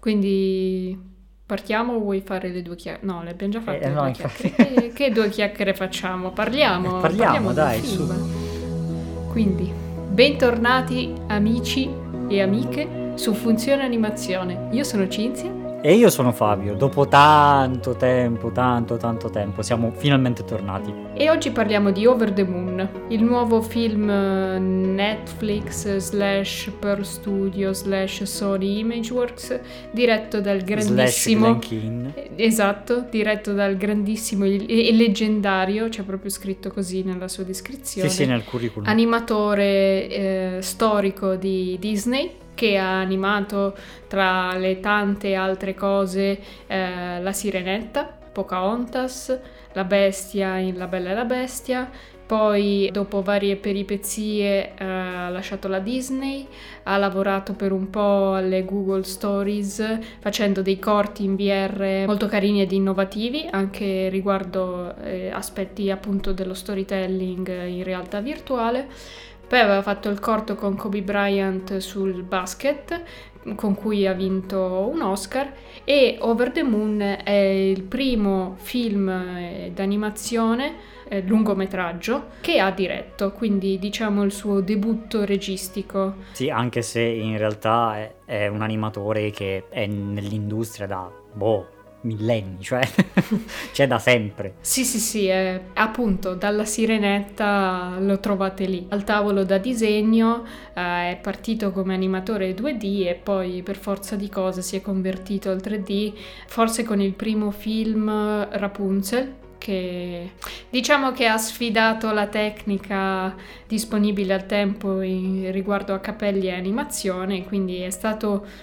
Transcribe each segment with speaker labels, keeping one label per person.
Speaker 1: Quindi partiamo o vuoi fare le due chiacchiere? No, le abbiamo già fatte le
Speaker 2: no,
Speaker 1: due
Speaker 2: infatti.
Speaker 1: chiacchiere. Che due chiacchiere facciamo? Parliamo
Speaker 2: dai,
Speaker 1: del
Speaker 2: su.
Speaker 1: film. Quindi, bentornati amici e amiche su Funzione Animazione. Io sono Cinzia.
Speaker 2: E io sono Fabio, dopo tanto tempo, siamo finalmente tornati.
Speaker 1: E oggi parliamo di Over the Moon, il nuovo film Netflix / Pearl Studio / Sony Imageworks, diretto dal grandissimo... Esatto, diretto dal grandissimo e leggendario, c'è proprio scritto così nella sua descrizione.
Speaker 2: Sì, nel curriculum.
Speaker 1: Animatore storico di Disney, che ha animato tra le tante altre cose La Sirenetta, Pocahontas, La Bestia in La Bella e la Bestia. Poi, dopo varie peripezie, ha lasciato la Disney, ha lavorato per un po' alle Google Stories facendo dei corti in VR molto carini ed innovativi, anche riguardo aspetti appunto dello storytelling in realtà virtuale. Poi aveva fatto il corto con Kobe Bryant sul basket, con cui ha vinto un Oscar, e Over the Moon è il primo film d'animazione lungometraggio che ha diretto, quindi diciamo il suo debutto registico.
Speaker 2: Sì, anche se in realtà è un animatore che è nell'industria da millenni, cioè c'è da sempre.
Speaker 1: Sì, appunto dalla Sirenetta lo trovate lì. Al tavolo da disegno è partito come animatore 2D e poi per forza di cose si è convertito al 3D, forse con il primo film Rapunzel, che diciamo che ha sfidato la tecnica disponibile al tempo riguardo a capelli e animazione, quindi è stato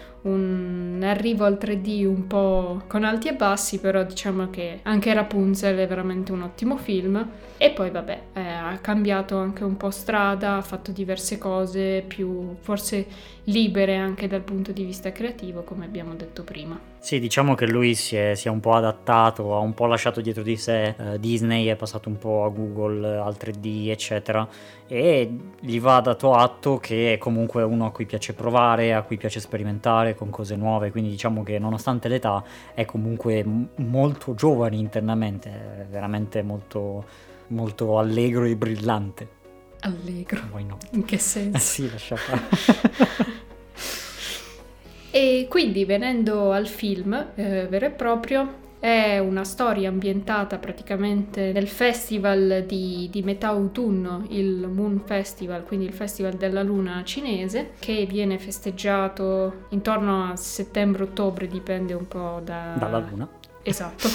Speaker 1: un arrivo al 3D un po' con alti e bassi, però diciamo che anche Rapunzel è veramente un ottimo film. E poi vabbè, ha cambiato anche un po' strada, ha fatto diverse cose più forse libere anche dal punto di vista creativo, come abbiamo detto prima.
Speaker 2: Sì, diciamo che lui si è un po' adattato, ha un po' lasciato dietro di sé Disney, è passato un po' a Google, al 3D eccetera, e gli va dato atto che è comunque uno a cui piace provare, a cui piace sperimentare con cose nuove, quindi diciamo che nonostante l'età è comunque molto giovane internamente, è veramente molto, molto allegro e brillante.
Speaker 1: Allegro?
Speaker 2: Why no?
Speaker 1: In che senso?
Speaker 2: Sì, lascia fare.
Speaker 1: E quindi venendo al film vero e proprio, è una storia ambientata praticamente nel festival di metà autunno, il Moon Festival, quindi il festival della luna cinese, che viene festeggiato intorno a settembre-ottobre, dipende un po'
Speaker 2: dalla luna.
Speaker 1: Esatto,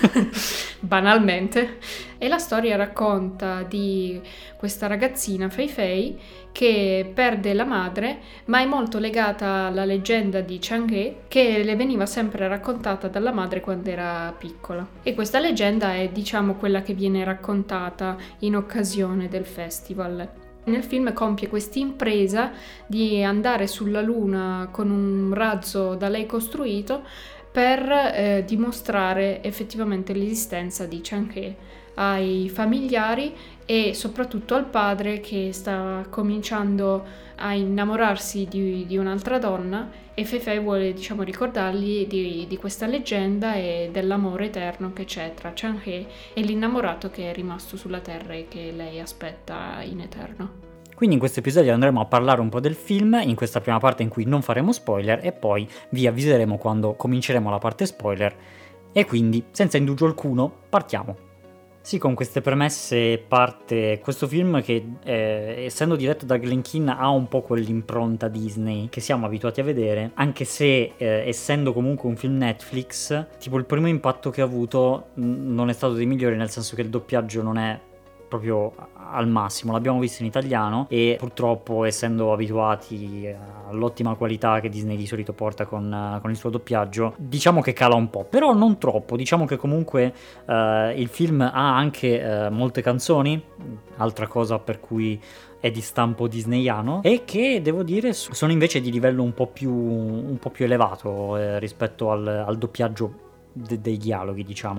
Speaker 1: banalmente. E la storia racconta di questa ragazzina Fei Fei che perde la madre, ma è molto legata alla leggenda di Chang'e che le veniva sempre raccontata dalla madre quando era piccola. E questa leggenda è, diciamo, quella che viene raccontata in occasione del festival. Nel film compie questa impresa di andare sulla Luna con un razzo da lei costruito per dimostrare effettivamente l'esistenza di Chang'e ai familiari e soprattutto al padre, che sta cominciando a innamorarsi di un'altra donna, e Fei Fei vuole, diciamo, ricordargli di questa leggenda e dell'amore eterno che c'è tra Chang'e e l'innamorato che è rimasto sulla Terra e che lei aspetta in eterno.
Speaker 2: Quindi in questo episodio andremo a parlare un po' del film, in questa prima parte in cui non faremo spoiler, e poi vi avviseremo quando cominceremo la parte spoiler. E quindi, senza indugio alcuno, partiamo. Sì, con queste premesse parte questo film che, essendo diretto da Glen Keane, ha un po' quell'impronta Disney che siamo abituati a vedere, anche se, essendo comunque un film Netflix, tipo il primo impatto che ha avuto non è stato dei migliori, nel senso che il doppiaggio non è proprio al massimo. L'abbiamo visto in italiano e purtroppo, essendo abituati all'ottima qualità che Disney di solito porta con il suo doppiaggio, diciamo che cala un po', però non troppo. Diciamo che comunque il film ha anche molte canzoni, altra cosa per cui è di stampo disneyano, e che devo dire sono invece di livello un po' più elevato rispetto al doppiaggio dei dialoghi, diciamo.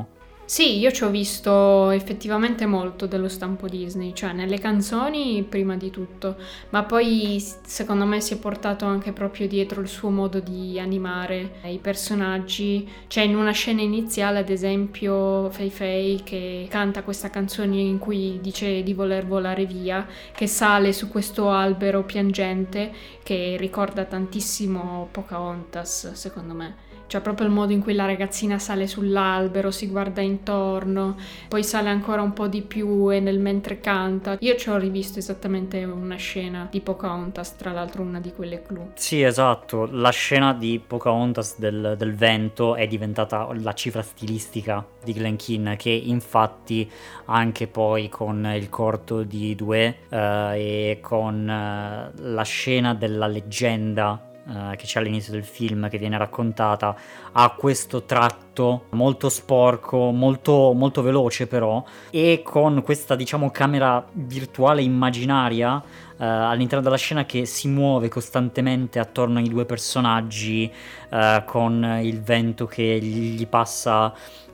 Speaker 1: Sì, io ci ho visto effettivamente molto dello stampo Disney, cioè nelle canzoni prima di tutto, ma poi secondo me si è portato anche proprio dietro il suo modo di animare i personaggi, cioè in una scena iniziale ad esempio Fei Fei che canta questa canzone in cui dice di voler volare via, che sale su questo albero piangente che ricorda tantissimo Pocahontas secondo me. Cioè proprio il modo in cui la ragazzina sale sull'albero, si guarda intorno, poi sale ancora un po' di più e nel mentre canta. Io ci ho rivisto esattamente una scena di Pocahontas, tra l'altro una di quelle clou.
Speaker 2: Sì, esatto, la scena di Pocahontas del vento è diventata la cifra stilistica di Glen Keane, che infatti anche poi con il corto di Due e con la scena della leggenda che c'è all'inizio del film, che viene raccontata, ha questo tratto molto sporco, molto, molto veloce però, e con questa diciamo camera virtuale immaginaria all'interno della scena che si muove costantemente attorno ai due personaggi, con il vento che gli passa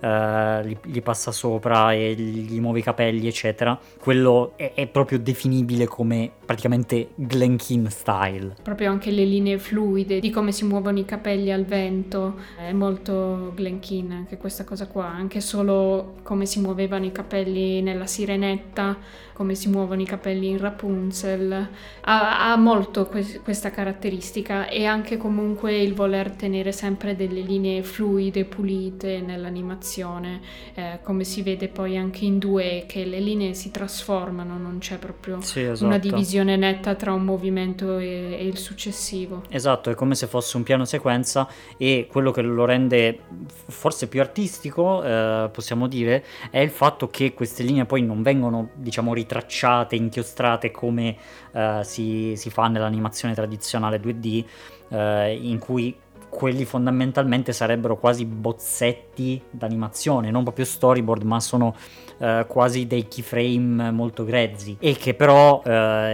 Speaker 2: sopra e gli muove i capelli eccetera. Quello è proprio definibile come praticamente Glen Keane style.
Speaker 1: Proprio anche le linee fluide di come si muovono i capelli al vento è molto Glen Keane anche questa cosa qua, anche solo come si muovevano i capelli nella Sirenetta, come si muovono i capelli in Rapunzel, ha molto questa caratteristica, e anche comunque il voler tenere sempre delle linee fluide, pulite nell'animazione, come si vede poi anche in Due, che le linee si trasformano, non c'è proprio una divisione netta tra un movimento e il successivo.
Speaker 2: Esatto, è come se fosse un piano sequenza, e quello che lo rende forse più artistico, possiamo dire, è il fatto che queste linee poi non vengono, diciamo, ritracciate, inchiostrate come si fa nell'animazione tradizionale 2D, in cui quelli fondamentalmente sarebbero quasi bozzetti d'animazione, non proprio storyboard, ma sono quasi dei keyframe molto grezzi, e che però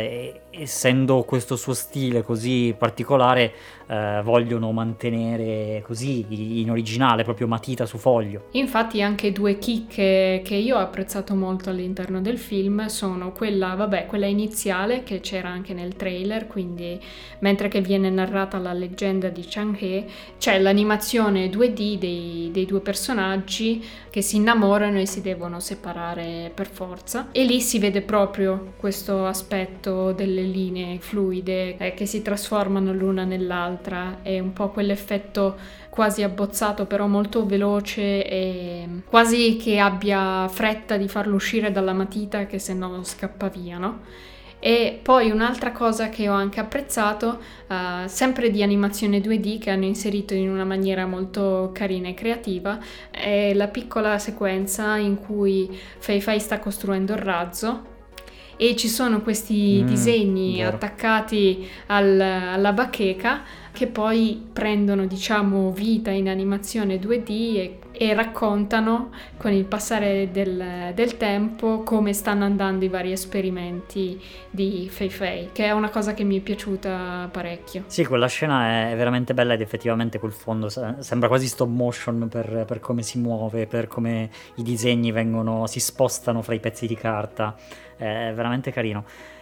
Speaker 2: essendo questo suo stile così particolare vogliono mantenere così in originale, proprio matita su foglio.
Speaker 1: Infatti anche due chicche che io ho apprezzato molto all'interno del film sono quella iniziale che c'era anche nel trailer, quindi mentre che viene narrata la leggenda di Chang'e c'è l'animazione 2D dei due personaggi che si innamorano e si devono separare per forza, e lì si vede proprio questo aspetto delle linee fluide che si trasformano l'una nell'altra, è un po' quell'effetto quasi abbozzato però molto veloce, e quasi che abbia fretta di farlo uscire dalla matita che se no scappa via, no? E poi un'altra cosa che ho anche apprezzato, sempre di animazione 2D che hanno inserito in una maniera molto carina e creativa, è la piccola sequenza in cui Fei Fei sta costruendo il razzo e ci sono questi disegni
Speaker 2: vero.
Speaker 1: attaccati alla bacheca che poi prendono, diciamo, vita in animazione 2D e raccontano con il passare del tempo come stanno andando i vari esperimenti di Fei Fei, che è una cosa che mi è piaciuta parecchio.
Speaker 2: Sì, quella scena è veramente bella, ed effettivamente quel fondo sembra quasi stop motion per come si muove, per come i disegni si spostano fra i pezzi di carta, è veramente carino.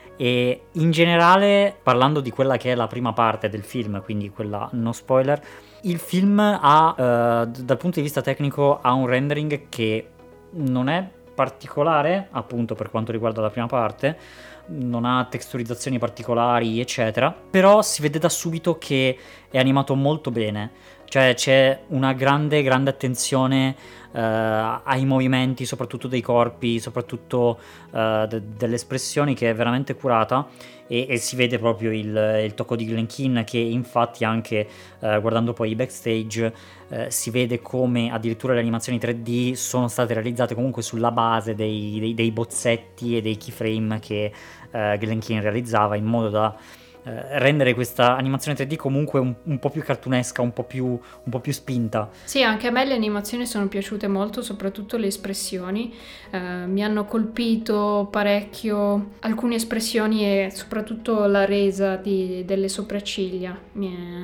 Speaker 2: E in generale, parlando di quella che è la prima parte del film, quindi quella no spoiler, il film ha, dal punto di vista tecnico, ha un rendering che non è particolare, appunto per quanto riguarda la prima parte, non ha texturizzazioni particolari eccetera, però si vede da subito che è animato molto bene, cioè c'è una grande attenzione ai movimenti, soprattutto dei corpi, soprattutto delle espressioni, che è veramente curata, e si vede proprio il tocco di Glen Keane, che infatti anche guardando poi i backstage si vede come addirittura le animazioni 3D sono state realizzate comunque sulla base dei bozzetti e dei keyframe che Glen Keane realizzava, in modo da rendere questa animazione 3D comunque un po' più cartunesca, un po' più spinta.
Speaker 1: Sì, anche a me le animazioni sono piaciute molto, soprattutto le espressioni. Mi hanno colpito parecchio alcune espressioni e soprattutto la resa delle sopracciglia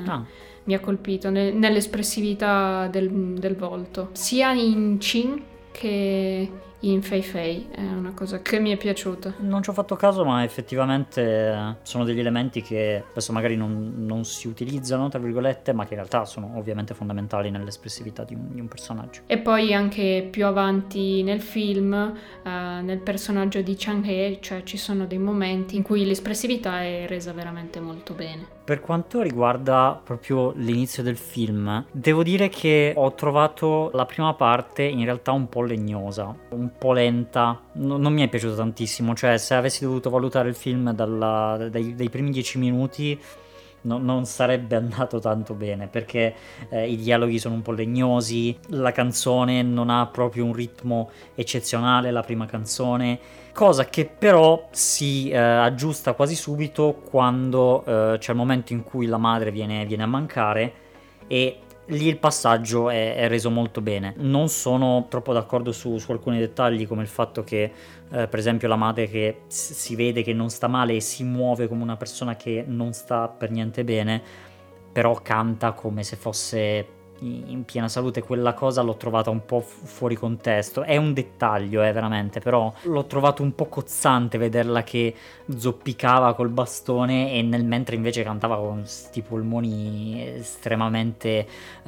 Speaker 1: mi ha colpito nell'espressività del volto, sia in Chin che in Fei Fei, è una cosa che mi è piaciuta.
Speaker 2: Non ci ho fatto caso, ma effettivamente sono degli elementi che adesso magari non si utilizzano, tra virgolette, ma che in realtà sono ovviamente fondamentali nell'espressività di un personaggio.
Speaker 1: E poi anche più avanti nel film, nel personaggio di Chang-He, cioè ci sono dei momenti in cui l'espressività è resa veramente molto bene.
Speaker 2: Per quanto riguarda proprio l'inizio del film, devo dire che ho trovato la prima parte in realtà un po' legnosa, un po' lenta, non mi è piaciuto tantissimo, cioè se avessi dovuto valutare il film dai primi 10 minuti non sarebbe andato tanto bene, perché i dialoghi sono un po' legnosi, la canzone non ha proprio un ritmo eccezionale, la prima canzone, cosa che però si aggiusta quasi subito quando c'è il momento in cui la madre viene a mancare, e lì il passaggio è reso molto bene. Non sono troppo d'accordo su alcuni dettagli, come il fatto che per esempio la madre che si vede che non sta male e si muove come una persona che non sta per niente bene, però canta come se fosse in piena salute. Quella cosa l'ho trovata un po' fuori contesto, è un dettaglio veramente, però l'ho trovato un po' cozzante vederla che zoppicava col bastone e mentre invece cantava con questi polmoni estremamente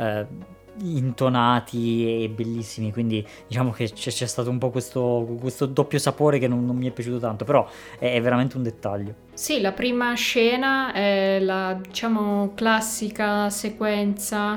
Speaker 2: intonati e bellissimi, quindi diciamo che c'è stato un po' questo doppio sapore che non mi è piaciuto tanto, però è veramente un dettaglio.
Speaker 1: Sì, la prima scena è la, diciamo, classica sequenza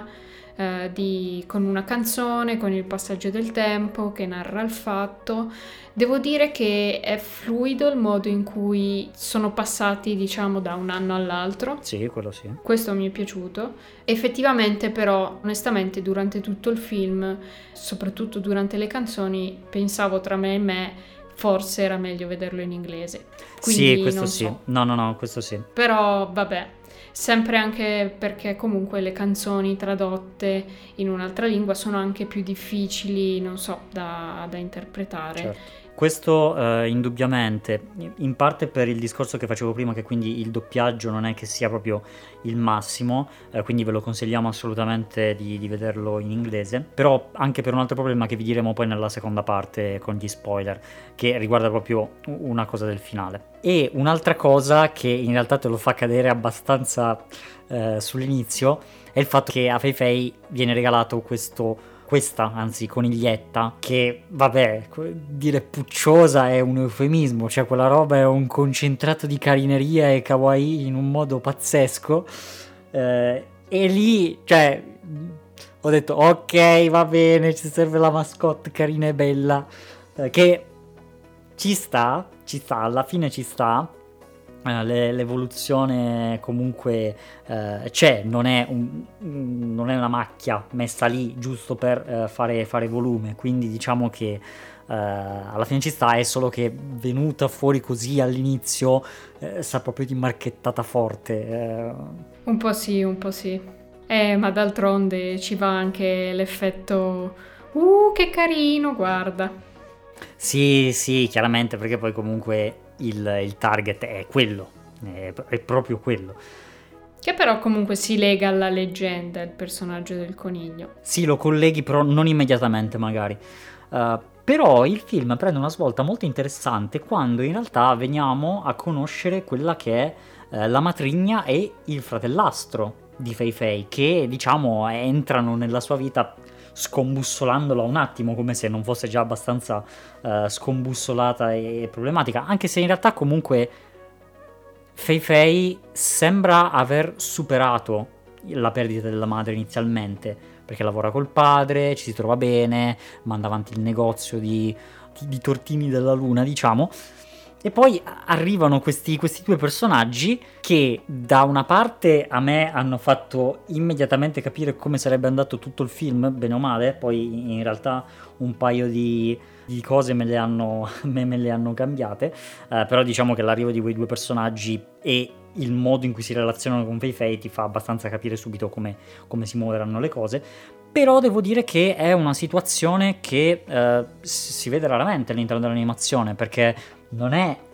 Speaker 1: con una canzone, con il passaggio del tempo che narra il fatto. Devo dire che è fluido il modo in cui sono passati, diciamo, da un anno all'altro.
Speaker 2: Sì, quello sì.
Speaker 1: Questo mi è piaciuto. Effettivamente, però, onestamente, durante tutto il film, soprattutto durante le canzoni, pensavo tra me e me, forse era meglio vederlo in inglese. Quindi,
Speaker 2: sì, questo
Speaker 1: non
Speaker 2: sì.
Speaker 1: so.
Speaker 2: No, questo sì.
Speaker 1: Però, vabbè. Sempre anche perché comunque le canzoni tradotte in un'altra lingua sono anche più difficili, non so, da interpretare.
Speaker 2: Certo. Questo indubbiamente, in parte per il discorso che facevo prima, che quindi il doppiaggio non è che sia proprio il massimo, quindi ve lo consigliamo assolutamente di vederlo in inglese, però anche per un altro problema che vi diremo poi nella seconda parte con gli spoiler, che riguarda proprio una cosa del finale. E un'altra cosa che in realtà te lo fa cadere abbastanza sull'inizio è il fatto che a Fei Fei viene regalato questa coniglietta, che vabbè, dire pucciosa è un eufemismo, cioè quella roba è un concentrato di carineria e kawaii in un modo pazzesco, e lì, cioè, ho detto ok, va bene, ci serve la mascotte carina e bella, che ci sta, alla fine ci sta. L'evoluzione comunque c'è, non è una macchia messa lì giusto per fare volume, quindi diciamo che alla fine ci sta, è solo che venuta fuori così all'inizio sa proprio di marchettata forte.
Speaker 1: Un po' sì, ma d'altronde ci va anche l'effetto che carino, guarda.
Speaker 2: Sì, chiaramente, perché poi comunque il target è quello, è proprio quello.
Speaker 1: Che però comunque si lega alla leggenda, il personaggio del coniglio.
Speaker 2: Sì, lo colleghi, però non immediatamente magari. Però il film prende una svolta molto interessante quando in realtà veniamo a conoscere quella che è la matrigna e il fratellastro di Fei Fei, che diciamo entrano nella sua vita scombussolandola un attimo, come se non fosse già abbastanza scombussolata e problematica, anche se in realtà comunque Fei Fei sembra aver superato la perdita della madre inizialmente, perché lavora col padre, ci si trova bene, manda avanti il negozio di tortini della luna, diciamo. E poi arrivano questi due personaggi che da una parte a me hanno fatto immediatamente capire come sarebbe andato tutto il film, bene o male, poi in realtà un paio di cose me le hanno cambiate, però diciamo che l'arrivo di quei due personaggi e il modo in cui si relazionano con Fei Fei ti fa abbastanza capire subito come si muoveranno le cose. Però devo dire che è una situazione che si vede raramente all'interno dell'animazione, perché non è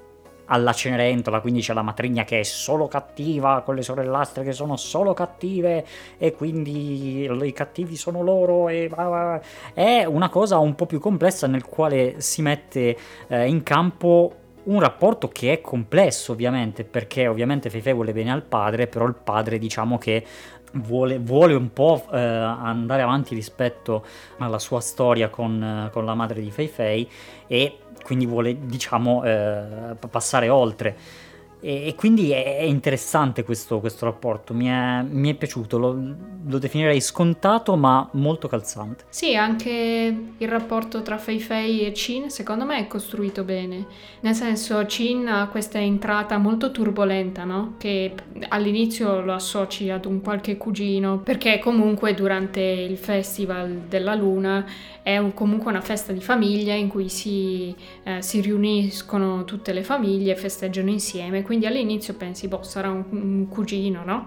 Speaker 2: alla Cenerentola, quindi c'è la matrigna che è solo cattiva, con le sorellastre che sono solo cattive e quindi i cattivi sono loro, e è una cosa un po' più complessa nel quale si mette in campo un rapporto che è complesso, ovviamente, perché ovviamente Fei Fei vuole bene al padre, però il padre, diciamo che vuole un po' andare avanti rispetto alla sua storia con la madre di Fei Fei, e quindi vuole, diciamo, passare oltre. E quindi è interessante questo rapporto, mi è piaciuto, lo definirei scontato ma molto calzante.
Speaker 1: Sì, anche il rapporto tra Fei Fei e Chin secondo me è costruito bene, nel senso Chin ha questa entrata molto turbolenta, no? Che all'inizio lo associ ad un qualche cugino, perché comunque durante il Festival della Luna è comunque una festa di famiglia in cui si riuniscono tutte le famiglie e festeggiano insieme, quindi all'inizio pensi, boh, sarà un cugino, no?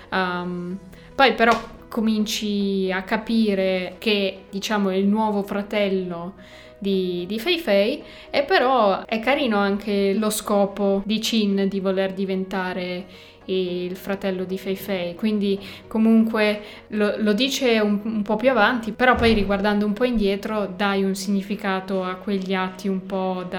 Speaker 1: Poi però cominci a capire che, diciamo, è il nuovo fratello di Fei Fei, e però è carino anche lo scopo di Chin di voler diventare il fratello di Fei Fei, quindi comunque lo dice un po' più avanti, però poi riguardando un po' indietro dai un significato a quegli atti un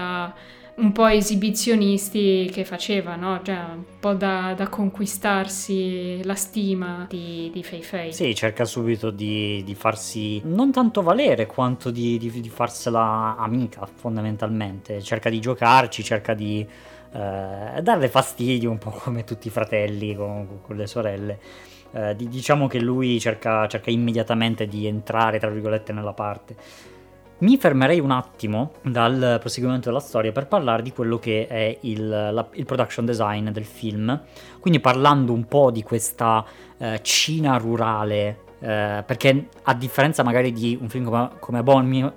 Speaker 1: po' esibizionisti che faceva, no? Cioè un po' da conquistarsi la stima di Fei Fei.
Speaker 2: Sì, cerca subito di farsi non tanto valere quanto di farsela amica, fondamentalmente. Cerca di giocarci, cerca di darle fastidio, un po' come tutti i fratelli con le sorelle. Diciamo che lui cerca immediatamente di entrare, tra virgolette, nella parte. Mi fermerei un attimo dal proseguimento della storia per parlare di quello che è il production design del film, quindi parlando un po' di questa Cina rurale, perché a differenza magari di un film come Abominable,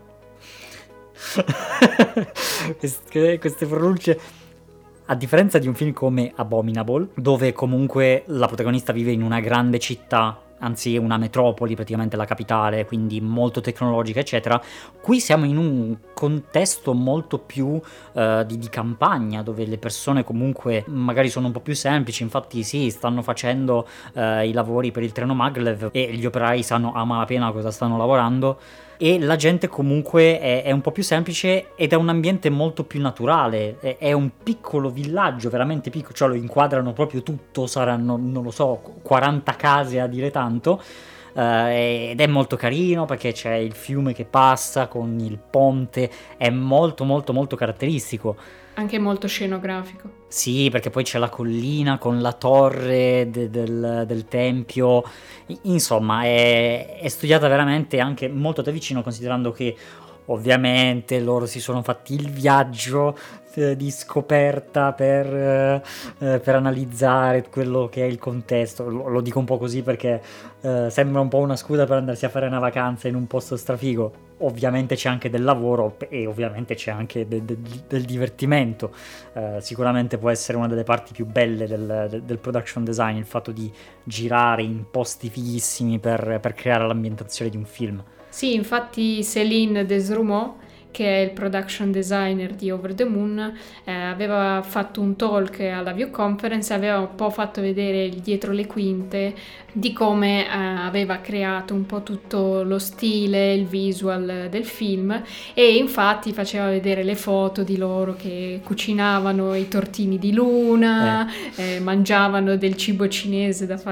Speaker 2: queste pronunce, a differenza di un film come Abominable, dove comunque la protagonista vive in una grande città, anzi una metropoli, praticamente la capitale, quindi molto tecnologica, eccetera. Qui siamo in un contesto molto più di campagna, dove le persone comunque magari sono un po' più semplici. Infatti sì, stanno facendo i lavori per il treno Maglev e gli operai sanno a malapena cosa stanno lavorando, e la gente comunque è un po' più semplice ed è un ambiente molto più naturale, è un piccolo villaggio, veramente piccolo, cioè lo inquadrano proprio tutto, saranno, non lo so, 40 case a dire tanto, ed è molto carino perché c'è il fiume che passa con il ponte, è molto molto molto caratteristico.
Speaker 1: Anche molto scenografico.
Speaker 2: Sì, perché poi c'è la collina con la torre del tempio, insomma è studiata veramente anche molto da vicino, considerando che ovviamente loro si sono fatti il viaggio di scoperta per analizzare quello che è il contesto. Lo dico un po' così perché sembra un po' una scusa per andarsi a fare una vacanza in un posto strafigo. Ovviamente c'è anche del lavoro e ovviamente c'è anche del divertimento. Sicuramente può essere una delle parti più belle del production design, il fatto di girare in posti fighissimi per creare l'ambientazione di un film.
Speaker 1: Sì, infatti Céline Desrumaux, che è il production designer di Over the Moon, aveva fatto un talk alla View Conference, aveva un po' fatto vedere il dietro le quinte di come aveva creato un po' tutto lo stile, il visual del film, e infatti faceva vedere le foto di loro che cucinavano i tortini di luna, mangiavano del cibo cinese da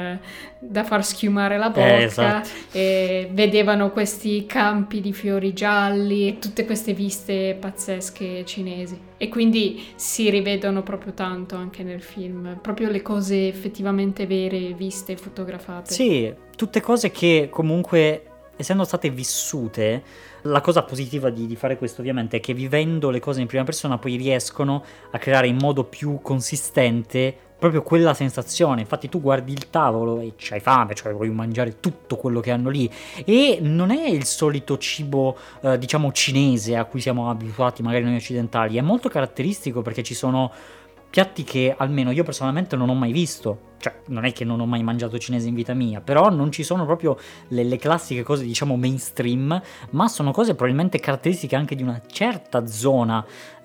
Speaker 1: far schiumare la bocca,
Speaker 2: esatto.
Speaker 1: E vedevano questi campi di fiori gialli, tutte queste viste pazzesche cinesi, e quindi si rivedono proprio tanto anche nel film, proprio le cose effettivamente vere viste e fotografate.
Speaker 2: Sì, tutte cose che comunque, essendo state vissute, la cosa positiva di fare questo ovviamente è che vivendo le cose in prima persona poi riescono a creare in modo più consistente proprio quella sensazione. Infatti tu guardi il tavolo e c'hai fame, cioè vuoi mangiare tutto quello che hanno lì, e non è il solito cibo diciamo cinese a cui siamo abituati magari noi occidentali, è molto caratteristico perché ci sono piatti che almeno io personalmente non ho mai visto. Cioè, non è che non ho mai mangiato cinese in vita mia, però non ci sono proprio le classiche cose, diciamo, mainstream, ma sono cose probabilmente caratteristiche anche di una certa zona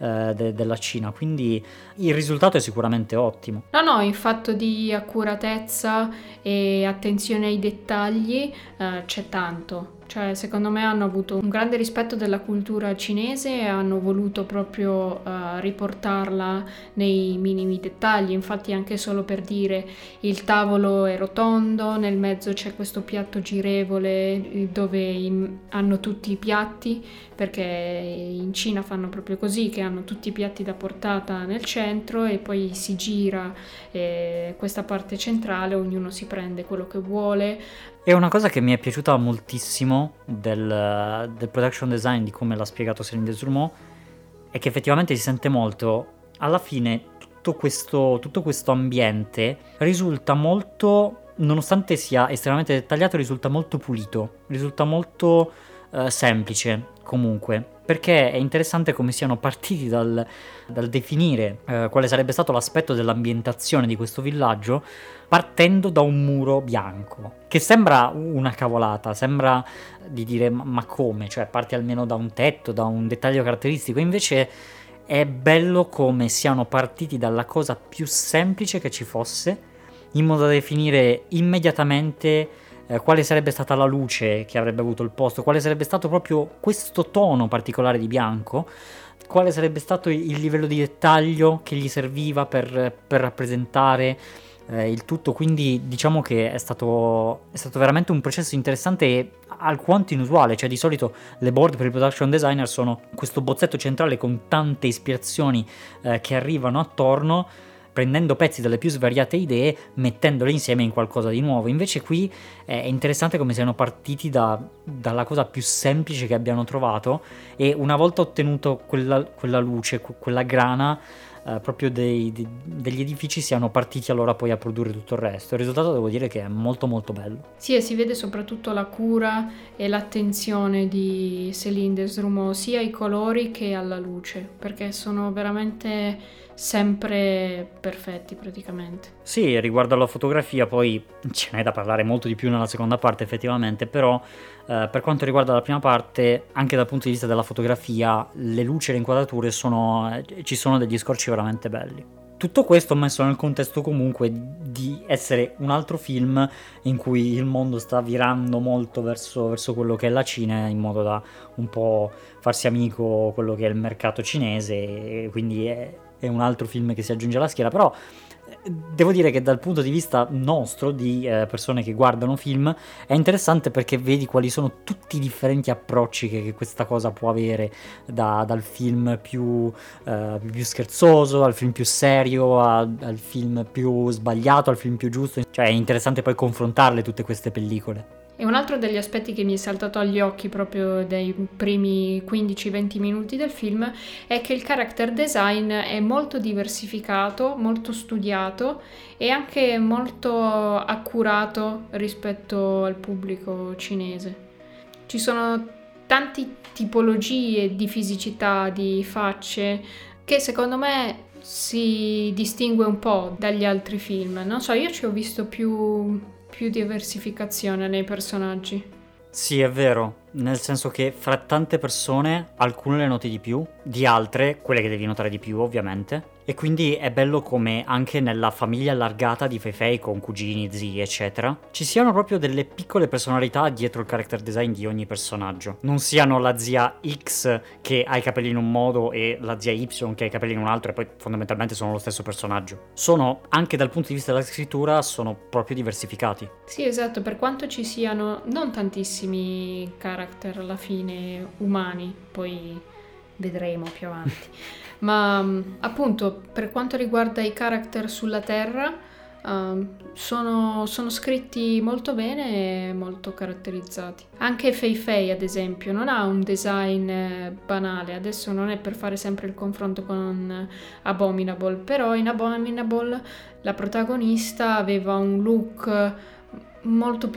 Speaker 2: della Cina, quindi il risultato è sicuramente ottimo.
Speaker 1: No, in fatto di accuratezza e attenzione ai dettagli c'è tanto. Cioè, secondo me hanno avuto un grande rispetto della cultura cinese e hanno voluto proprio riportarla nei minimi dettagli. Infatti, anche solo per dire, il tavolo è rotondo, nel mezzo c'è questo piatto girevole dove hanno tutti i piatti, perché in Cina fanno proprio così, che hanno tutti i piatti da portata nel centro e poi si gira questa parte centrale, ognuno si prende quello che vuole.
Speaker 2: E una cosa che mi è piaciuta moltissimo del production design, di come l'ha spiegato Céline Desurmont, è che effettivamente si sente molto. Alla fine tutto questo ambiente risulta molto, nonostante sia estremamente dettagliato, risulta molto pulito, risulta molto semplice comunque, perché è interessante come siano partiti dal definire quale sarebbe stato l'aspetto dell'ambientazione di questo villaggio, partendo da un muro bianco, che sembra una cavolata, sembra di dire ma come, cioè parti almeno da un tetto, da un dettaglio caratteristico, invece è bello come siano partiti dalla cosa più semplice che ci fosse, in modo da definire immediatamente quale sarebbe stata la luce che avrebbe avuto il posto, quale sarebbe stato proprio questo tono particolare di bianco, quale sarebbe stato il livello di dettaglio che gli serviva per rappresentare il tutto. Quindi diciamo che è stato veramente un processo interessante e alquanto inusuale. Cioè, di solito le board per i production designer sono questo bozzetto centrale con tante ispirazioni che arrivano attorno, prendendo pezzi dalle più svariate idee, mettendole insieme in qualcosa di nuovo. Invece qui è interessante come siano partiti dalla cosa più semplice che abbiano trovato, e una volta ottenuto quella luce, quella grana proprio degli edifici, siano partiti allora poi a produrre tutto il resto. Il risultato devo dire che è molto molto bello.
Speaker 1: Sì, e si vede soprattutto la cura e l'attenzione di Céline Desurmont sia ai colori che alla luce, perché sono veramente sempre perfetti praticamente.
Speaker 2: Sì, riguardo alla fotografia poi ce n'è da parlare molto di più nella seconda parte effettivamente, però per quanto riguarda la prima parte, anche dal punto di vista della fotografia, le luci e le inquadrature ci sono degli scorci veramente belli. Tutto questo messo nel contesto comunque di essere un altro film in cui il mondo sta virando molto verso quello che è la Cina, in modo da un po' farsi amico quello che è il mercato cinese, e quindi è un altro film che si aggiunge alla schiera. Però devo dire che dal punto di vista nostro, di persone che guardano film, è interessante perché vedi quali sono tutti i differenti approcci che questa cosa può avere, dal film più scherzoso, al film più serio, al film più sbagliato, al film più giusto. Cioè è interessante poi confrontarle tutte queste pellicole.
Speaker 1: E un altro degli aspetti che mi è saltato agli occhi proprio dai primi 15-20 minuti del film è che il character design è molto diversificato, molto studiato e anche molto accurato rispetto al pubblico cinese. Ci sono tante tipologie di fisicità, di facce, che secondo me si distingue un po' dagli altri film. Non so, io ci ho visto più diversificazione nei personaggi.
Speaker 2: Sì, è vero, nel senso che fra tante persone alcune le noti di più, di altre quelle che devi notare di più ovviamente, e quindi è bello come anche nella famiglia allargata di Fei Fei, con cugini, zii eccetera, ci siano proprio delle piccole personalità dietro il character design di ogni personaggio. Non siano la zia X che ha i capelli in un modo e la zia Y che ha i capelli in un altro e poi fondamentalmente sono lo stesso personaggio. Sono, anche dal punto di vista della scrittura, sono proprio diversificati.
Speaker 1: Sì, esatto, per quanto ci siano non tantissimi character alla fine umani, poi vedremo più avanti. Ma appunto, per quanto riguarda i character sulla Terra, sono scritti molto bene e molto caratterizzati. Anche Fei Fei, ad esempio, non ha un design banale. Adesso non è per fare sempre il confronto con Abominable, però in Abominable la protagonista aveva un look molto più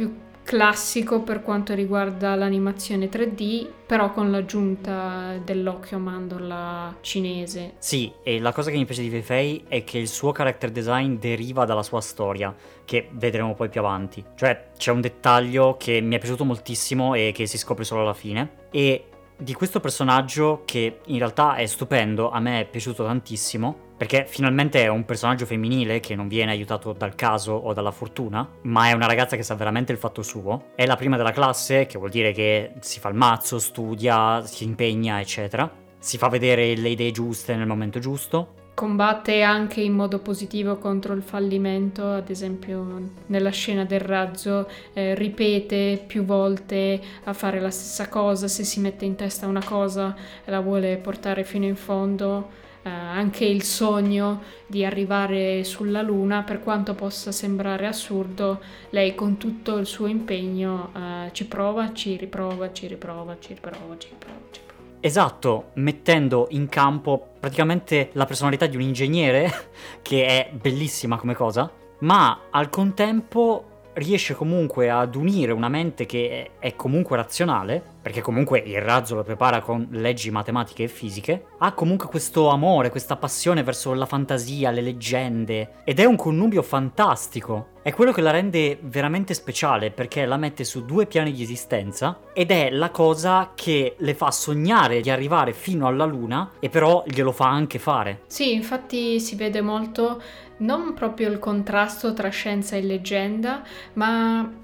Speaker 1: classico per quanto riguarda l'animazione 3D, però con l'aggiunta dell'occhio a mandorla cinese.
Speaker 2: Sì, e la cosa che mi piace di Fei Fei è che il suo character design deriva dalla sua storia, che vedremo poi più avanti. Cioè, c'è un dettaglio che mi è piaciuto moltissimo e che si scopre solo alla fine, e di questo personaggio, che in realtà è stupendo, a me è piaciuto tantissimo, perché finalmente è un personaggio femminile che non viene aiutato dal caso o dalla fortuna, ma è una ragazza che sa veramente il fatto suo. È la prima della classe, che vuol dire che si fa il mazzo, studia, si impegna, eccetera. Si fa vedere le idee giuste nel momento giusto.
Speaker 1: Combatte anche in modo positivo contro il fallimento, ad esempio nella scena del razzo ripete più volte a fare la stessa cosa, se si mette in testa una cosa la vuole portare fino in fondo. Anche il sogno di arrivare sulla Luna, per quanto possa sembrare assurdo, lei con tutto il suo impegno ci prova, ci riprova, ci riprova, ci riprova, ci riprova, ci riprova.
Speaker 2: Esatto, mettendo in campo praticamente la personalità di un ingegnere, che è bellissima come cosa, ma al contempo riesce comunque ad unire una mente che è comunque razionale, perché comunque il razzo lo prepara con leggi matematiche e fisiche, ha comunque questo amore, questa passione verso la fantasia, le leggende, ed è un connubio fantastico. È quello che la rende veramente speciale, perché la mette su due piani di esistenza, ed è la cosa che le fa sognare di arrivare fino alla Luna, e però glielo fa anche fare.
Speaker 1: Sì, infatti si vede molto non proprio il contrasto tra scienza e leggenda, ma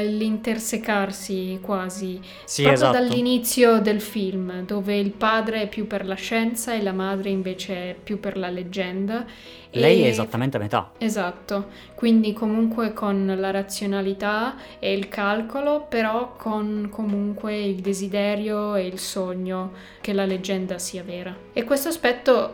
Speaker 1: l'intersecarsi quasi,
Speaker 2: Sì,
Speaker 1: proprio
Speaker 2: esatto.
Speaker 1: dall'inizio del film, dove il padre è più per la scienza e la madre invece è più per la leggenda.
Speaker 2: Lei è
Speaker 1: E-
Speaker 2: esattamente a metà.
Speaker 1: Esatto, quindi comunque con la razionalità e il calcolo, però con comunque il desiderio e il sogno che la leggenda sia vera. E questo aspetto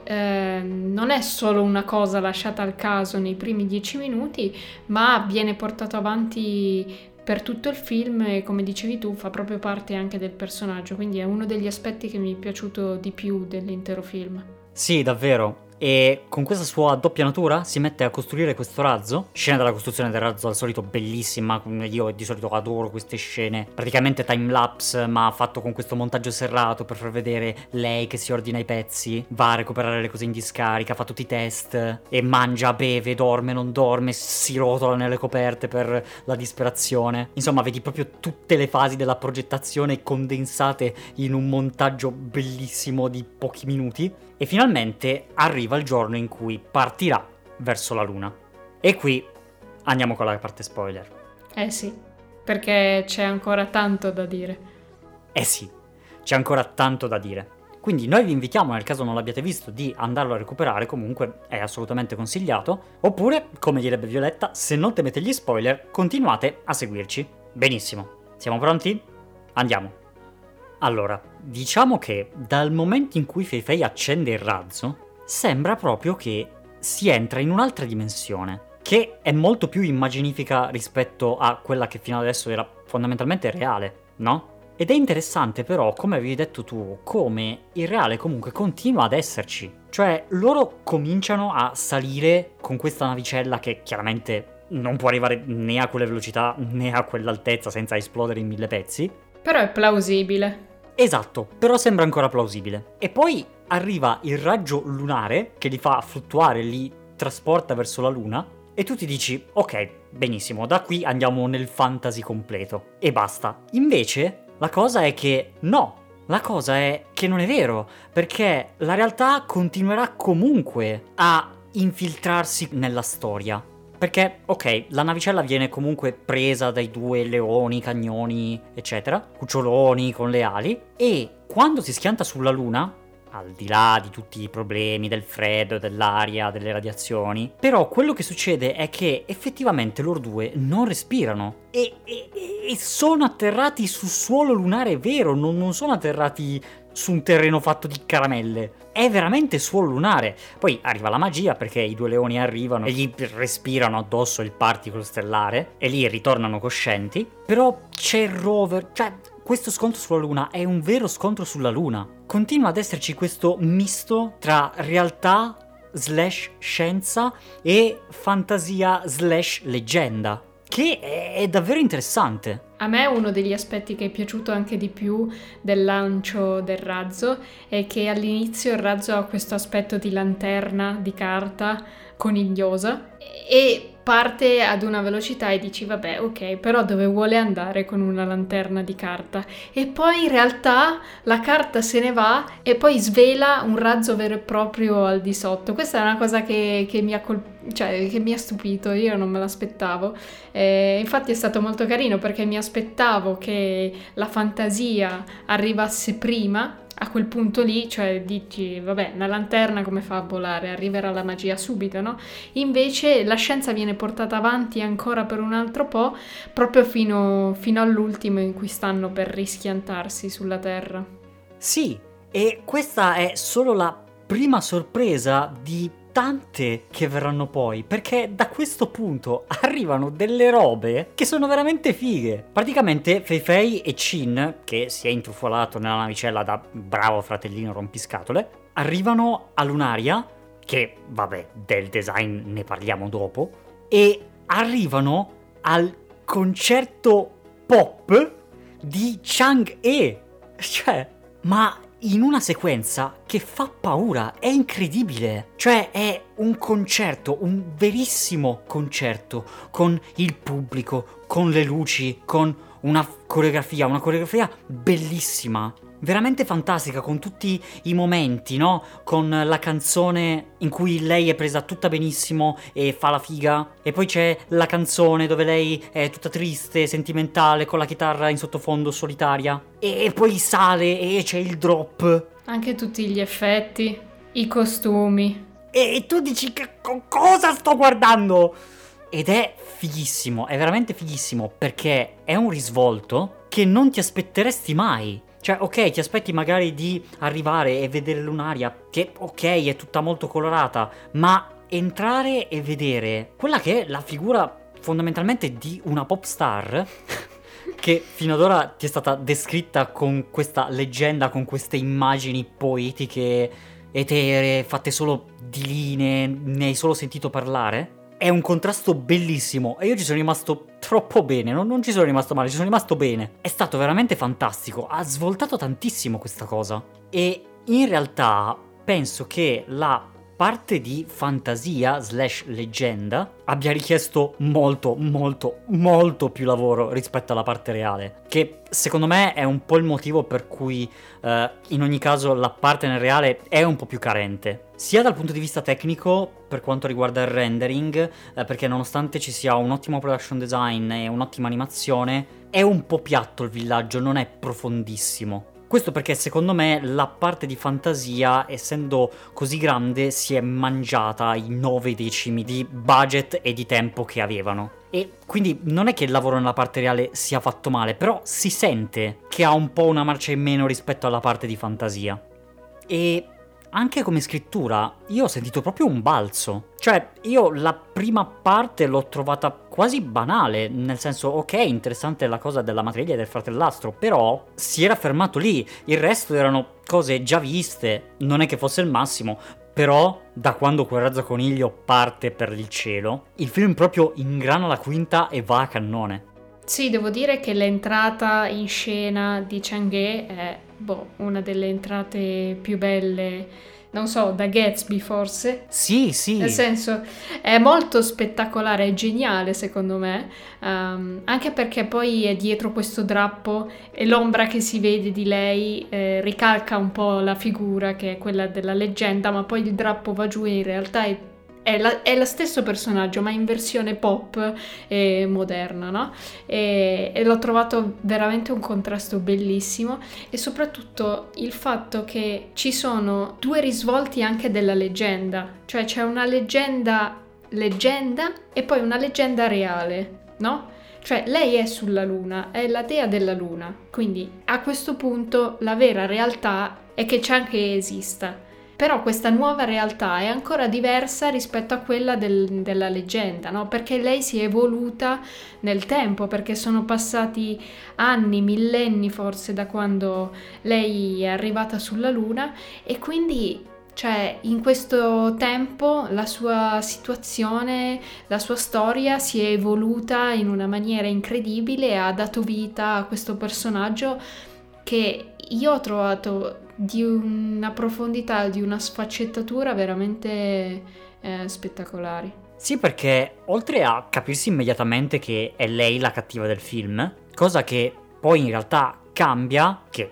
Speaker 1: non è solo una cosa lasciata al caso nei primi 10 minuti, ma viene portato avanti per tutto il film e, come dicevi tu, fa proprio parte anche del personaggio, quindi è uno degli aspetti che mi è piaciuto di più dell'intero film.
Speaker 2: Sì, davvero. E con questa sua doppia natura si mette a costruire questo razzo. Scena della costruzione del razzo al solito bellissima. Io di solito adoro queste scene. Praticamente timelapse, ma fatto con questo montaggio serrato per far vedere lei che si ordina i pezzi, va a recuperare le cose in discarica, fa tutti i test e mangia, beve, dorme, non dorme, si rotola nelle coperte per la disperazione. Insomma, vedi proprio tutte le fasi della progettazione condensate in un montaggio bellissimo di pochi minuti. E finalmente arriva il giorno in cui partirà verso la Luna. E qui andiamo con la parte spoiler.
Speaker 1: Eh sì, perché c'è ancora tanto da dire.
Speaker 2: Eh sì, c'è ancora tanto da dire. Quindi noi vi invitiamo, nel caso non l'abbiate visto, di andarlo a recuperare, comunque è assolutamente consigliato. Oppure, come direbbe Violetta, se non temete gli spoiler, continuate a seguirci. Benissimo. Siamo pronti? Andiamo. Allora, diciamo che dal momento in cui Fei Fei accende il razzo, sembra proprio che si entra in un'altra dimensione, che è molto più immaginifica rispetto a quella che fino adesso era fondamentalmente reale, no? Ed è interessante però, come avevi detto tu, come il reale comunque continua ad esserci. Cioè, loro cominciano a salire con questa navicella che chiaramente non può arrivare né a quelle velocità né a quell'altezza senza esplodere in 1000 pezzi.
Speaker 1: Però è plausibile.
Speaker 2: Esatto, però sembra ancora plausibile. E poi arriva il raggio lunare che li fa fluttuare, li trasporta verso la Luna e tu ti dici, ok, benissimo, da qui andiamo nel fantasy completo. E basta. Invece, la cosa è che no, la cosa è che non è vero, perché la realtà continuerà comunque a infiltrarsi nella storia. Perché, ok, la navicella viene comunque presa dai due leoni, cagnoni, eccetera, cuccioloni con le ali, e quando si schianta sulla Luna, al di là di tutti i problemi del freddo, dell'aria, delle radiazioni, però quello che succede è che effettivamente loro due non respirano e sono atterrati su suolo lunare vero, non sono atterrati su un terreno fatto di caramelle. È veramente suolo lunare. Poi arriva la magia perché i due leoni arrivano e gli respirano addosso il particolo stellare e lì ritornano coscienti. Però c'è il rover, cioè questo scontro sulla Luna è un vero scontro sulla Luna. Continua ad esserci questo misto tra realtà / scienza e fantasia / leggenda, che è davvero interessante.
Speaker 1: A me uno degli aspetti che è piaciuto anche di più del lancio del razzo è che all'inizio il razzo ha questo aspetto di lanterna di carta conigliosa e parte ad una velocità e dici vabbè, ok, però dove vuole andare con una lanterna di carta? E poi in realtà la carta se ne va e poi svela un razzo vero e proprio al di sotto. Questa è una cosa che mi ha che mi ha stupito, io non me l'aspettavo. Infatti è stato molto carino perché mi aspettavo che la fantasia arrivasse prima. A quel punto lì, cioè dici, vabbè, una lanterna come fa a volare? Arriverà la magia subito, no? Invece la scienza viene portata avanti ancora per un altro po', proprio fino all'ultimo in cui stanno per rischiantarsi sulla Terra.
Speaker 2: Sì, e questa è solo la prima sorpresa di tante che verranno poi, perché da questo punto arrivano delle robe che sono veramente fighe. Praticamente Fei Fei e Chin, che si è intrufolato nella navicella da bravo fratellino rompiscatole, arrivano a Lunaria, che vabbè, del design ne parliamo dopo, e arrivano al concerto pop di Chang'e. Cioè, ma in una sequenza che fa paura, è incredibile. Cioè è un concerto, un verissimo concerto, con il pubblico, con le luci, con una coreografia bellissima, veramente fantastica, con tutti i momenti, no? Con la canzone in cui lei è presa tutta benissimo e fa la figa, e poi c'è la canzone dove lei è tutta triste, sentimentale, con la chitarra in sottofondo solitaria, e poi sale e c'è il drop.
Speaker 1: Anche tutti gli effetti, i costumi.
Speaker 2: E tu dici che cosa sto guardando? Ed è fighissimo, è veramente fighissimo, perché è un risvolto che non ti aspetteresti mai. Cioè, ok, ti aspetti magari di arrivare e vedere Lunaria, che ok, è tutta molto colorata, ma entrare e vedere quella che è la figura fondamentalmente di una pop star che fino ad ora ti è stata descritta con questa leggenda, con queste immagini poetiche, eteree, fatte solo di linee, ne hai solo sentito parlare. È un contrasto bellissimo e io ci sono rimasto troppo bene, non ci sono rimasto male, ci sono rimasto bene. È stato veramente fantastico, ha svoltato tantissimo questa cosa. E in realtà penso che la parte di fantasia / leggenda abbia richiesto molto più lavoro rispetto alla parte reale, che secondo me è un po' il motivo per cui in ogni caso la parte nel reale è un po' più carente, sia dal punto di vista tecnico per quanto riguarda il rendering, perché nonostante ci sia un ottimo production design e un'ottima animazione, è un po' piatto il villaggio, non è profondissimo. Questo perché secondo me la parte di fantasia, essendo così grande, si è mangiata i 9 decimi di budget e di tempo che avevano. E quindi non è che il lavoro nella parte reale sia fatto male, però si sente che ha un po' una marcia in meno rispetto alla parte di fantasia. E anche come scrittura io ho sentito proprio un balzo. Cioè, io la prima parte l'ho trovata quasi banale, nel senso, ok, interessante la cosa della matriglia e del fratellastro, però si era fermato lì, il resto erano cose già viste, non è che fosse il massimo, però da quando quel razzo coniglio parte per il cielo, il film proprio ingrana la quinta e va a cannone.
Speaker 1: Sì, devo dire che l'entrata in scena di Chang'e è una delle entrate più belle, non so, da Gatsby forse.
Speaker 2: Sì.
Speaker 1: Nel senso, è molto spettacolare, è geniale secondo me, anche perché poi è dietro questo drappo e l'ombra che si vede di lei ricalca un po' la figura che è quella della leggenda, ma poi il drappo va giù e in realtà è lo stesso personaggio, ma in versione pop e moderna, no? E l'ho trovato veramente un contrasto bellissimo, e soprattutto il fatto che ci sono due risvolti anche della leggenda, cioè c'è una leggenda e poi una leggenda reale, no? Cioè lei è sulla luna, è la dea della luna, quindi a questo punto la vera realtà è che Chang'e esista. Però questa nuova realtà è ancora diversa rispetto a quella della leggenda, no? Perché lei si è evoluta nel tempo, perché sono passati anni, millenni forse da quando lei è arrivata sulla Luna, e quindi Cioè, in questo tempo la sua situazione, la sua storia si è evoluta in una maniera incredibile e ha dato vita a questo personaggio che io ho trovato di una profondità, di una sfaccettatura veramente spettacolari.
Speaker 2: Sì, perché oltre a capirsi immediatamente che è lei la cattiva del film, cosa che poi in realtà cambia, che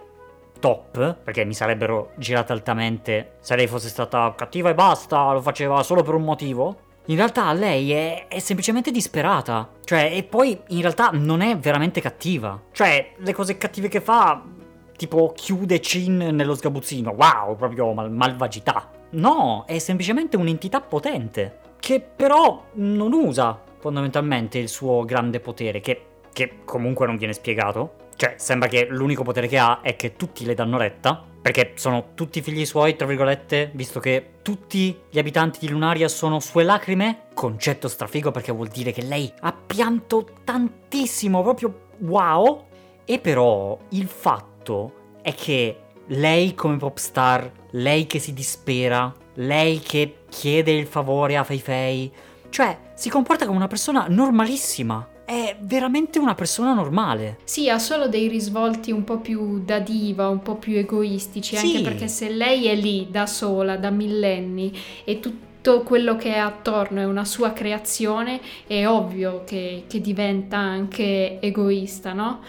Speaker 2: top, perché mi sarebbero girate altamente se lei fosse stata cattiva e basta, lo faceva solo per un motivo. In realtà lei è semplicemente disperata, cioè, e poi in realtà non è veramente cattiva. Cioè, le cose cattive che fa, tipo chiude Chin nello sgabuzzino, wow, proprio malvagità. No, è semplicemente un'entità potente, che però non usa fondamentalmente il suo grande potere, che comunque non viene spiegato. Cioè, sembra che l'unico potere che ha è che tutti le danno retta, perché sono tutti figli suoi, tra virgolette, visto che tutti gli abitanti di Lunaria sono sue lacrime. Concetto strafigo, perché vuol dire che lei ha pianto tantissimo, proprio wow. E però il fatto è che lei come popstar, lei che si dispera, lei che chiede il favore a Fei Fei, cioè si comporta come una persona normalissima. È veramente una persona normale.
Speaker 1: Sì, ha solo dei risvolti un po' più da diva, un po' più egoistici,
Speaker 2: Sì.
Speaker 1: anche perché se lei è lì da sola, da millenni, e tutto quello che è attorno è una sua creazione, è ovvio che diventa anche egoista, no?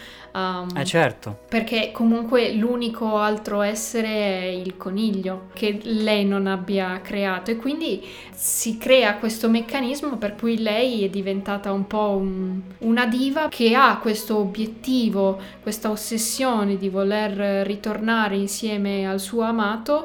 Speaker 2: Certo.
Speaker 1: Perché comunque l'unico altro essere è il coniglio che lei non abbia creato, e quindi si crea questo meccanismo per cui lei è diventata un po' una diva che ha questo obiettivo, questa ossessione di voler ritornare insieme al suo amato,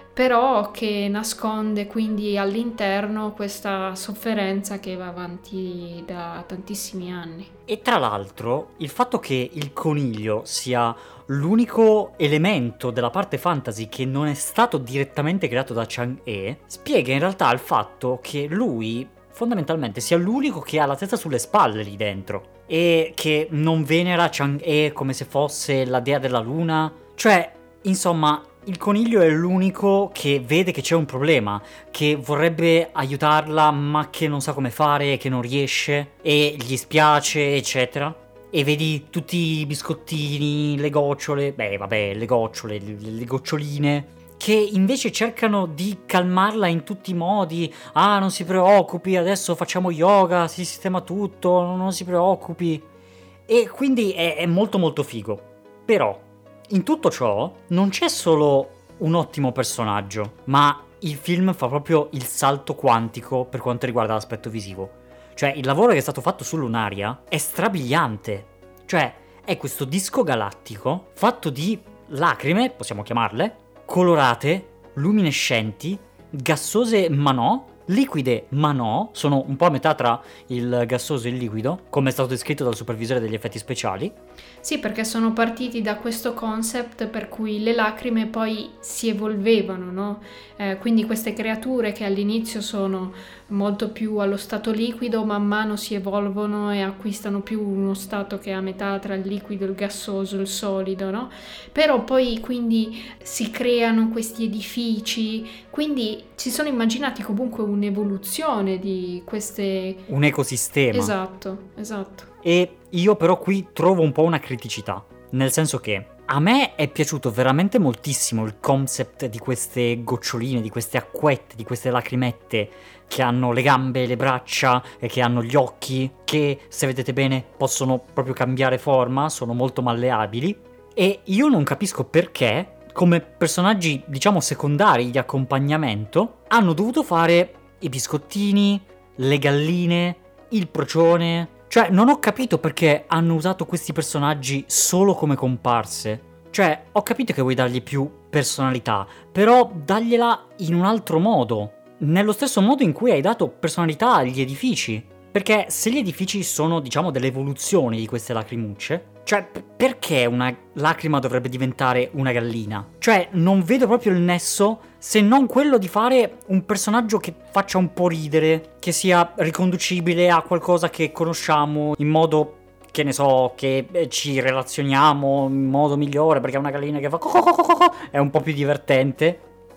Speaker 1: però che nasconde quindi all'interno questa sofferenza che va avanti da tantissimi anni.
Speaker 2: E tra l'altro, il fatto che il coniglio sia l'unico elemento della parte fantasy che non è stato direttamente creato da Chang-e spiega in realtà il fatto che lui fondamentalmente sia l'unico che ha la testa sulle spalle lì dentro e che non venera Chang-e come se fosse la dea della luna. Cioè, insomma, il coniglio è l'unico che vede che c'è un problema, che vorrebbe aiutarla ma che non sa come fare, che non riesce e gli spiace, eccetera. E vedi tutti i biscottini, le gocciole, le gocciole, le goccioline, che invece cercano di calmarla in tutti i modi. Ah, non si preoccupi, adesso facciamo yoga, si sistema tutto, non si preoccupi. E quindi è molto molto figo. Però in tutto ciò non c'è solo un ottimo personaggio, ma il film fa proprio il salto quantico per quanto riguarda l'aspetto visivo. Cioè, il lavoro che è stato fatto su Lunaria è strabiliante. Cioè, è questo disco galattico fatto di lacrime, possiamo chiamarle, colorate, luminescenti, gassose ma no, liquide ma no, sono un po' a metà tra il gassoso e il liquido, come è stato descritto dal supervisore degli effetti speciali.
Speaker 1: Sì, perché sono partiti da questo concept per cui le lacrime poi si evolvevano, no? Quindi queste creature che all'inizio sono molto più allo stato liquido, man mano si evolvono e acquistano più uno stato che è a metà tra il liquido, il gassoso, il solido, no? Però poi quindi si creano questi edifici, quindi si sono immaginati comunque un'evoluzione di queste...
Speaker 2: Un ecosistema.
Speaker 1: Esatto.
Speaker 2: E io però qui trovo un po' una criticità, nel senso che a me è piaciuto veramente moltissimo il concept di queste goccioline, di queste acquette, di queste lacrimette che hanno le gambe, le braccia e che hanno gli occhi, che se vedete bene possono proprio cambiare forma, sono molto malleabili. E io non capisco perché, come personaggi diciamo secondari di accompagnamento, hanno dovuto fare i biscottini, le galline, il procione. Cioè, non ho capito perché hanno usato questi personaggi solo come comparse. Cioè, ho capito che vuoi dargli più personalità, però dagliela in un altro modo. Nello stesso modo in cui hai dato personalità agli edifici. Perché se gli edifici sono, diciamo, delle evoluzioni di queste lacrimucce, cioè, perché una lacrima dovrebbe diventare una gallina? Cioè, non vedo proprio il nesso, se non quello di fare un personaggio che faccia un po' ridere, che sia riconducibile a qualcosa che conosciamo in modo, che ne so, che ci relazioniamo in modo migliore, perché è una gallina che fa è un po' più divertente.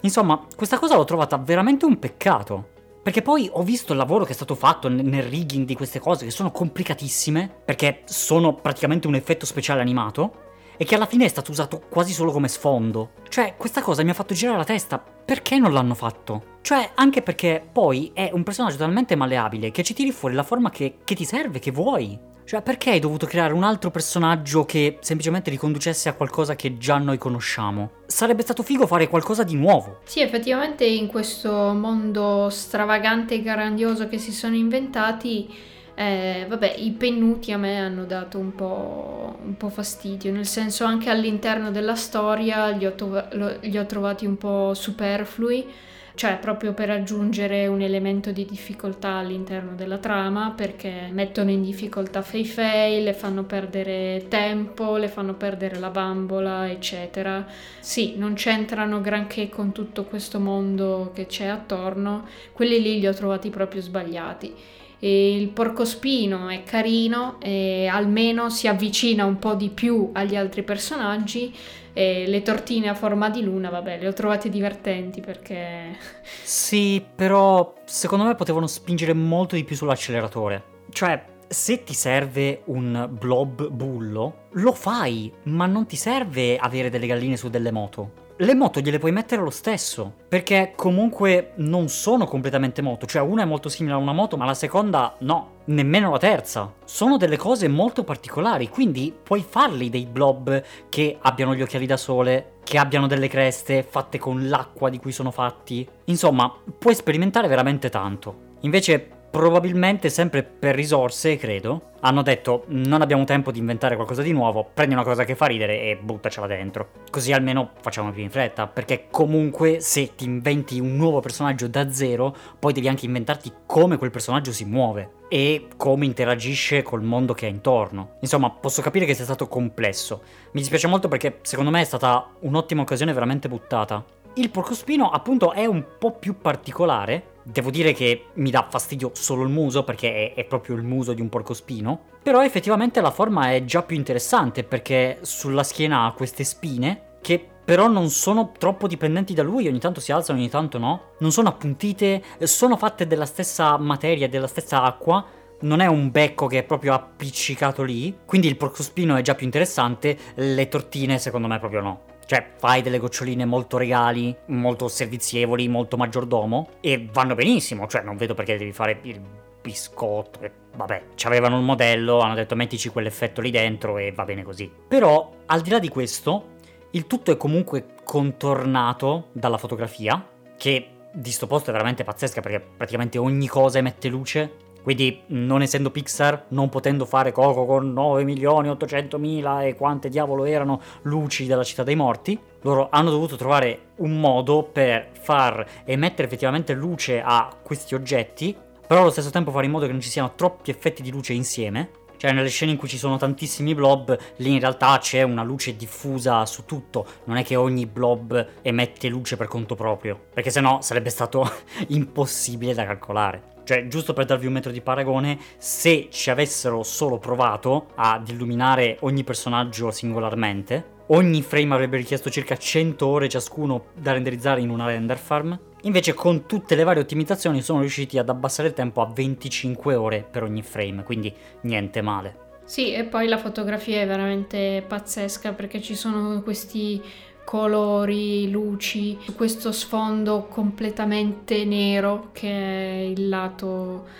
Speaker 2: Insomma, questa cosa l'ho trovata veramente un peccato. Perché poi ho visto il lavoro che è stato fatto nel rigging di queste cose, che sono complicatissime, perché sono praticamente un effetto speciale animato, e che alla fine è stato usato quasi solo come sfondo. Cioè, questa cosa mi ha fatto girare la testa. Perché non l'hanno fatto? Cioè, anche perché poi è un personaggio talmente malleabile che ci tiri fuori la forma che ti serve, che vuoi. Cioè, perché hai dovuto creare un altro personaggio che semplicemente riconducesse a qualcosa che già noi conosciamo? Sarebbe stato figo fare qualcosa di nuovo.
Speaker 1: Sì, effettivamente in questo mondo stravagante e grandioso che si sono inventati, vabbè, i pennuti a me hanno dato un po' fastidio, nel senso anche all'interno della storia li ho trovati un po' superflui. Cioè, proprio per aggiungere un elemento di difficoltà all'interno della trama, perché mettono in difficoltà Fei Fei, le fanno perdere tempo, le fanno perdere la bambola, eccetera. Sì, non c'entrano granché con tutto questo mondo che c'è attorno, quelli lì li ho trovati proprio sbagliati. E il porcospino è carino e almeno si avvicina un po' di più agli altri personaggi. E le tortine a forma di luna, vabbè, le ho trovate divertenti perché...
Speaker 2: Sì, però secondo me potevano spingere molto di più sull'acceleratore. Cioè, se ti serve un blob bullo, lo fai, ma non ti serve avere delle galline su delle moto. Le moto gliele puoi mettere lo stesso, perché comunque non sono completamente moto, cioè una è molto simile a una moto, ma la seconda no, nemmeno la terza. Sono delle cose molto particolari, quindi puoi farli dei blob che abbiano gli occhiali da sole, che abbiano delle creste fatte con l'acqua di cui sono fatti. Insomma, puoi sperimentare veramente tanto. Invece, probabilmente sempre per risorse, credo, hanno detto non abbiamo tempo di inventare qualcosa di nuovo, prendi una cosa che fa ridere e buttacela dentro. Così almeno facciamo più in fretta, perché comunque se ti inventi un nuovo personaggio da zero, poi devi anche inventarti come quel personaggio si muove e come interagisce col mondo che ha intorno. Insomma, posso capire che sia stato complesso. Mi dispiace molto perché secondo me è stata un'ottima occasione veramente buttata. Il porcospino appunto è un po' più particolare. Devo dire che mi dà fastidio solo il muso, perché è proprio il muso di un porcospino. Però effettivamente la forma è già più interessante, perché sulla schiena ha queste spine, che però non sono troppo dipendenti da lui, ogni tanto si alzano, ogni tanto no. Non sono appuntite, sono fatte della stessa materia, della stessa acqua. Non è un becco che è proprio appiccicato lì, quindi il porcospino è già più interessante, le tortine secondo me proprio no. Cioè, fai delle goccioline molto regali, molto servizievoli, molto maggiordomo, e vanno benissimo, cioè non vedo perché devi fare il biscotto, e vabbè, c'avevano un modello, hanno detto mettici quell'effetto lì dentro e va bene così. Però, al di là di questo, il tutto è comunque contornato dalla fotografia, che di sto posto è veramente pazzesca, perché praticamente ogni cosa emette luce. Quindi, non essendo Pixar, non potendo fare Coco con 9.800.000 e quante diavolo erano luci della città dei morti, loro hanno dovuto trovare un modo per far emettere effettivamente luce a questi oggetti, però allo stesso tempo fare in modo che non ci siano troppi effetti di luce insieme. Cioè, nelle scene in cui ci sono tantissimi blob, lì in realtà c'è una luce diffusa su tutto, non è che ogni blob emette luce per conto proprio, perché sennò sarebbe stato impossibile da calcolare. Cioè, giusto per darvi un metro di paragone, se ci avessero solo provato ad illuminare ogni personaggio singolarmente, ogni frame avrebbe richiesto circa 100 ore ciascuno da renderizzare in una render farm. Invece con tutte le varie ottimizzazioni sono riusciti ad abbassare il tempo a 25 ore per ogni frame, quindi niente male.
Speaker 1: Sì, e poi la fotografia è veramente pazzesca perché ci sono questi colori, luci, su questo sfondo completamente nero che è il lato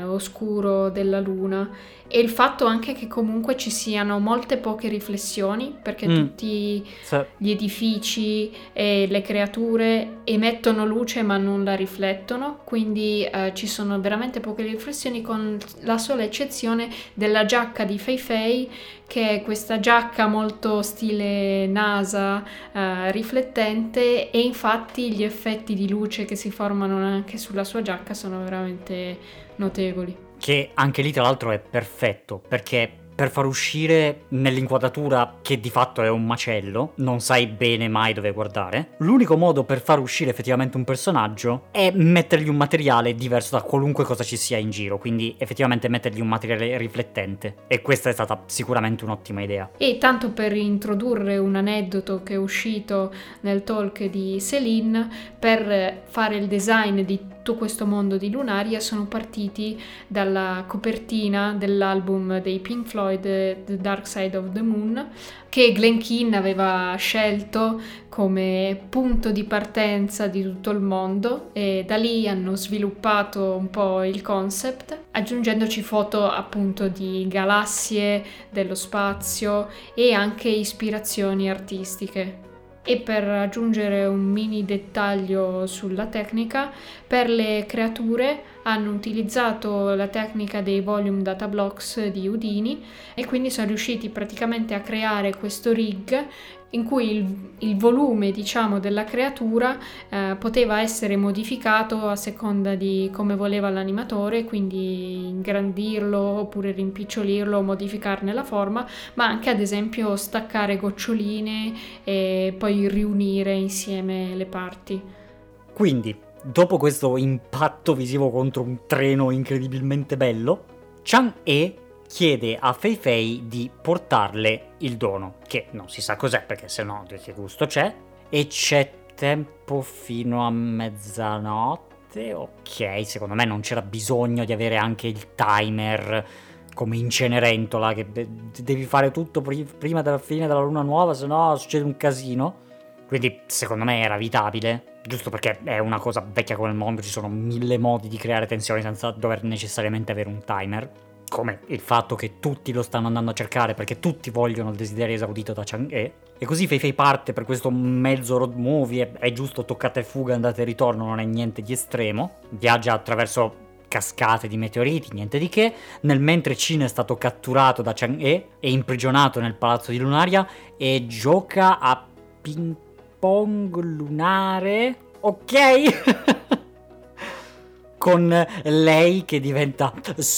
Speaker 1: oscuro della luna, e il fatto anche che comunque ci siano molte poche riflessioni, perché tutti gli edifici e le creature emettono luce ma non la riflettono, quindi ci sono veramente poche riflessioni, con la sola eccezione della giacca di Fei Fei, che è questa giacca molto stile NASA, riflettente, e infatti gli effetti di luce che si formano anche sulla sua giacca sono veramente notevoli.
Speaker 2: Che anche lì tra l'altro è perfetto, perché per far uscire nell'inquadratura, che di fatto è un macello, non sai bene mai dove guardare, l'unico modo per far uscire effettivamente un personaggio è mettergli un materiale diverso da qualunque cosa ci sia in giro, quindi effettivamente mettergli un materiale riflettente, e questa è stata sicuramente un'ottima idea.
Speaker 1: E tanto per introdurre un aneddoto che è uscito nel talk di Céline, per fare il design di tutto questo mondo di Lunaria sono partiti dalla copertina dell'album dei Pink Floyd, The Dark Side of the Moon, che Glen Keane aveva scelto come punto di partenza di tutto il mondo, e da lì hanno sviluppato un po' il concept, aggiungendoci foto appunto di galassie, dello spazio e anche ispirazioni artistiche. E per aggiungere un mini dettaglio sulla tecnica, per le creature hanno utilizzato la tecnica dei volume data blocks di Houdini, e quindi sono riusciti praticamente a creare questo rig in cui il volume, diciamo, della creatura poteva essere modificato a seconda di come voleva l'animatore, quindi ingrandirlo oppure rimpicciolirlo o modificarne la forma, ma anche ad esempio staccare goccioline e poi riunire insieme le parti.
Speaker 2: Quindi, dopo questo impatto visivo contro un treno incredibilmente bello, Chang'e chiede a Fei Fei di portarle il dono, che non si sa cos'è perché sennò che gusto c'è, e c'è tempo fino a mezzanotte. Ok, secondo me non c'era bisogno di avere anche il timer come in Cenerentola, che devi fare tutto prima della fine della luna nuova, sennò succede un casino. Quindi secondo me era evitabile, giusto perché è una cosa vecchia come il mondo, ci sono 1000 modi di creare tensioni senza dover necessariamente avere un timer, come il fatto che tutti lo stanno andando a cercare perché tutti vogliono il desiderio esaudito da Chang'e. E così Fei Fei parte per questo mezzo road movie, è giusto toccata e fuga, andata e ritorno, non è niente di estremo, viaggia attraverso cascate di meteoriti, niente di che, nel mentre Chin è stato catturato da Chang'e e imprigionato nel palazzo di Lunaria e gioca a ping pong lunare, ok? Con lei che diventa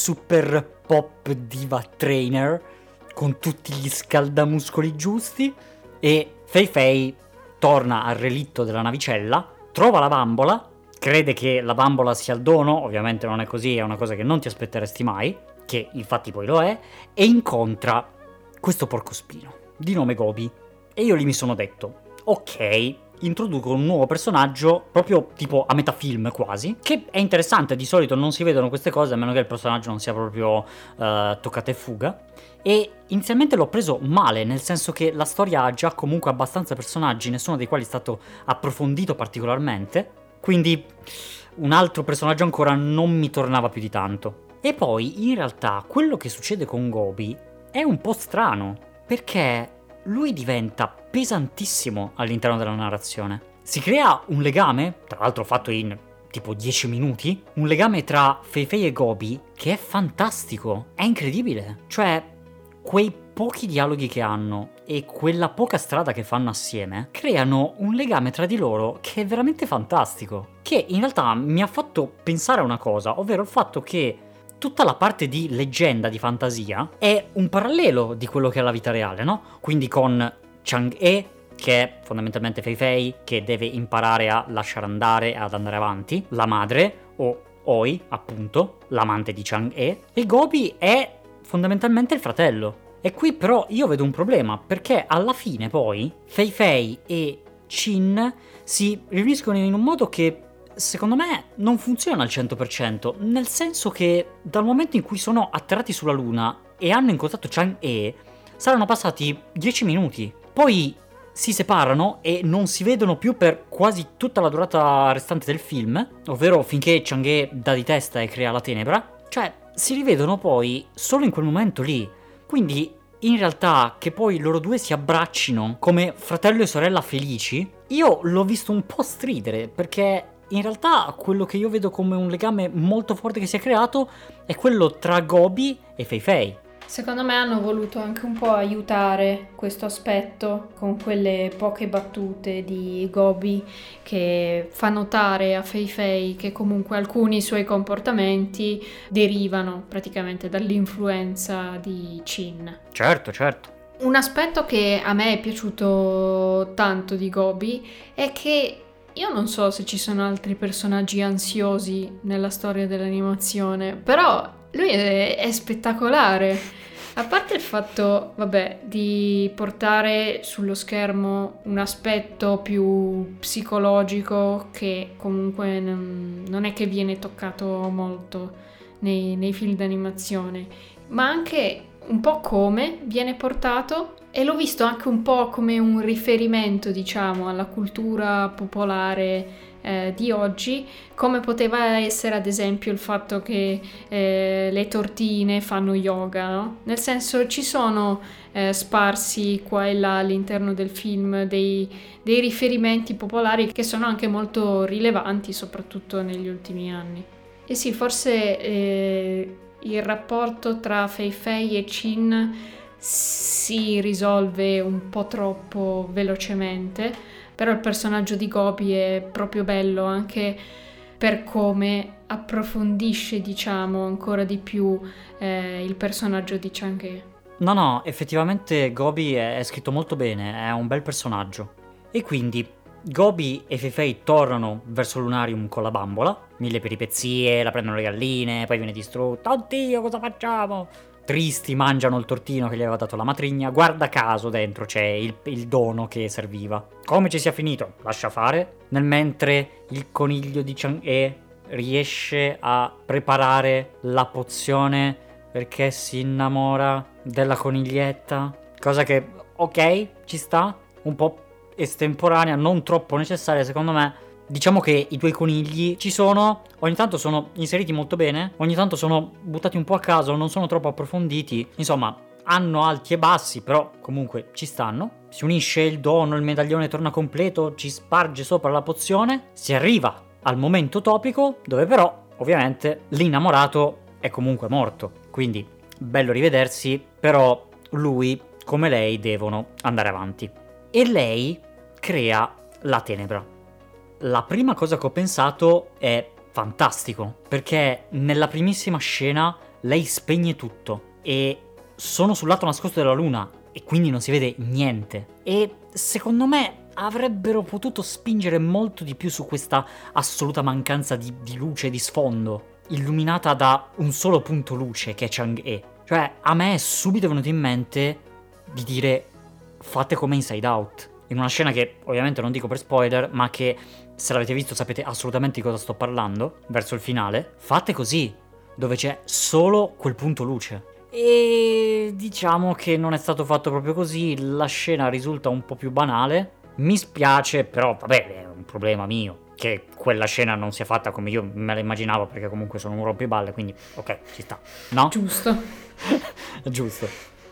Speaker 2: super pop diva trainer con tutti gli scaldamuscoli giusti, e Fei Fei torna al relitto della navicella, trova la bambola, crede che la bambola sia il dono, ovviamente non è così, è una cosa che non ti aspetteresti mai, che infatti poi lo è, e incontra questo porcospino di nome Gobi. E io lì mi sono detto, ok, introduco un nuovo personaggio proprio tipo a metà film quasi, che è interessante, di solito non si vedono queste cose a meno che il personaggio non sia proprio toccata e fuga, e inizialmente l'ho preso male, nel senso che la storia ha già comunque abbastanza personaggi, nessuno dei quali è stato approfondito particolarmente, quindi un altro personaggio ancora non mi tornava più di tanto. E poi in realtà quello che succede con Gobi è un po' strano, perché lui diventa pesantissimo all'interno della narrazione. Si crea un legame, tra l'altro fatto in tipo 10 minuti, un legame tra Fei Fei e Gobi che è fantastico, è incredibile. Cioè, quei pochi dialoghi che hanno e quella poca strada che fanno assieme creano un legame tra di loro che è veramente fantastico, che in realtà mi ha fatto pensare a una cosa, ovvero il fatto che tutta la parte di leggenda, di fantasia, è un parallelo di quello che è la vita reale, no? Quindi con Chang'e, che è fondamentalmente Fei Fei, che deve imparare a lasciare andare, ad andare avanti, la madre, o Oi, appunto, l'amante di Chang'e, e Gobi è fondamentalmente il fratello. E qui però io vedo un problema, perché alla fine poi Fei Fei e Chin si riuniscono in un modo che secondo me non funziona al 100%, nel senso che dal momento in cui sono atterrati sulla Luna e hanno incontrato Chang'e saranno passati 10 minuti, poi si separano e non si vedono più per quasi tutta la durata restante del film, ovvero finché Chang'e dà di testa e crea la tenebra, cioè si rivedono poi solo in quel momento lì, quindi in realtà che poi loro due si abbraccino come fratello e sorella felici, io l'ho visto un po' stridere, perché in realtà quello che io vedo come un legame molto forte che si è creato è quello tra Gobi e Fei Fei.
Speaker 1: Secondo me hanno voluto anche un po' aiutare questo aspetto con quelle poche battute di Gobi che fa notare a Fei Fei che comunque alcuni suoi comportamenti derivano praticamente dall'influenza di Chin.
Speaker 2: Certo, certo.
Speaker 1: Un aspetto che a me è piaciuto tanto di Gobi è che io non so se ci sono altri personaggi ansiosi nella storia dell'animazione, però lui è spettacolare. A parte il fatto, vabbè, di portare sullo schermo un aspetto più psicologico che comunque non è che viene toccato molto nei film d'animazione, ma anche un po' come viene portato, e l'ho visto anche un po' come un riferimento, diciamo, alla cultura popolare di oggi, come poteva essere ad esempio il fatto che le tortine fanno yoga, no? Nel senso, ci sono sparsi qua e là all'interno del film dei riferimenti popolari che sono anche molto rilevanti, soprattutto negli ultimi anni. E sì, forse il rapporto tra Fei Fei e Chin si risolve un po' troppo velocemente, però il personaggio di Gobi è proprio bello anche per come approfondisce, diciamo, ancora di più il personaggio di Chang'e.
Speaker 2: No, effettivamente Gobi è scritto molto bene, è un bel personaggio. E quindi Gobi e Fei Fei tornano verso Lunarium con la bambola, mille peripezie, la prendono le galline, poi viene distrutta. Oddio, cosa facciamo? Tristi, mangiano il tortino che gli aveva dato la matrigna. Guarda caso dentro c'è il dono che serviva. Come ci sia finito? Lascia fare. Nel mentre il coniglio di Chang'e riesce a preparare la pozione perché si innamora della coniglietta. Cosa che, ok, ci sta, un po' estemporanea, non troppo necessaria secondo me. Diciamo che i tuoi conigli ci sono, ogni tanto sono inseriti molto bene, ogni tanto sono buttati un po' a caso, non sono troppo approfonditi, insomma hanno alti e bassi, però comunque ci stanno. Si unisce il dono, il medaglione torna completo, ci sparge sopra la pozione, si arriva al momento topico dove però ovviamente l'innamorato è comunque morto, quindi bello rivedersi, però lui come lei devono andare avanti. E lei crea la tenebra. La prima cosa che ho pensato è fantastico, perché nella primissima scena lei spegne tutto e sono sul lato nascosto della luna e quindi non si vede niente. E secondo me avrebbero potuto spingere molto di più su questa assoluta mancanza di luce, di sfondo, illuminata da un solo punto luce che è Chang'e. Cioè, a me è subito venuto in mente di dire fate come Inside Out, in una scena che ovviamente non dico per spoiler, ma che se l'avete visto sapete assolutamente di cosa sto parlando, verso il finale. Fate così, dove c'è solo quel punto luce. E diciamo che non è stato fatto proprio così, la scena risulta un po' più banale. Mi spiace, però vabbè, è un problema mio che quella scena non sia fatta come io me la immaginavo, perché comunque sono un rompiballe, quindi ok, ci sta, no?
Speaker 1: Giusto.
Speaker 2: Giusto.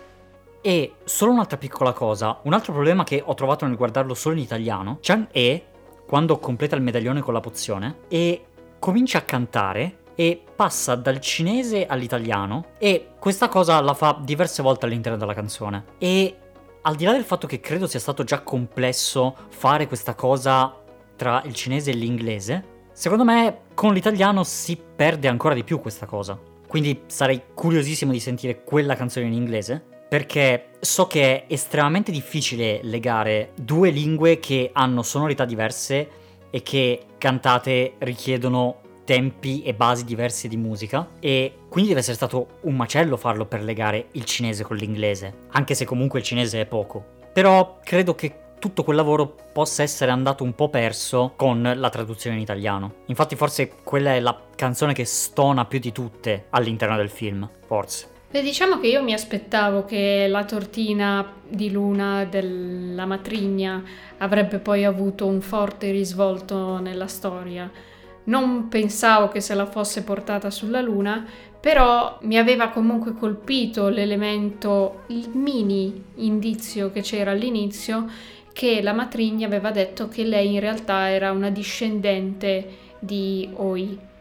Speaker 2: E solo un'altra piccola cosa, un altro problema che ho trovato nel guardarlo solo in italiano, Chang'e, quando completa il medaglione con la pozione, e comincia a cantare e passa dal cinese all'italiano, e questa cosa la fa diverse volte all'interno della canzone. E al di là del fatto che credo sia stato già complesso fare questa cosa tra il cinese e l'inglese, secondo me con l'italiano si perde ancora di più questa cosa. Quindi sarei curiosissimo di sentire quella canzone in inglese, perché so che è estremamente difficile legare due lingue che hanno sonorità diverse e che cantate richiedono tempi e basi diverse di musica, e quindi deve essere stato un macello farlo per legare il cinese con l'inglese, anche se comunque il cinese è poco. Però credo che tutto quel lavoro possa essere andato un po' perso con la traduzione in italiano. Infatti forse quella è la canzone che stona più di tutte all'interno del film, forse.
Speaker 1: Beh, diciamo che io mi aspettavo che la tortina di luna della matrigna avrebbe poi avuto un forte risvolto nella storia. Non pensavo che se la fosse portata sulla luna, però mi aveva comunque colpito l'elemento, il mini indizio che c'era all'inizio, che la matrigna aveva detto che lei in realtà era una discendente di Oi.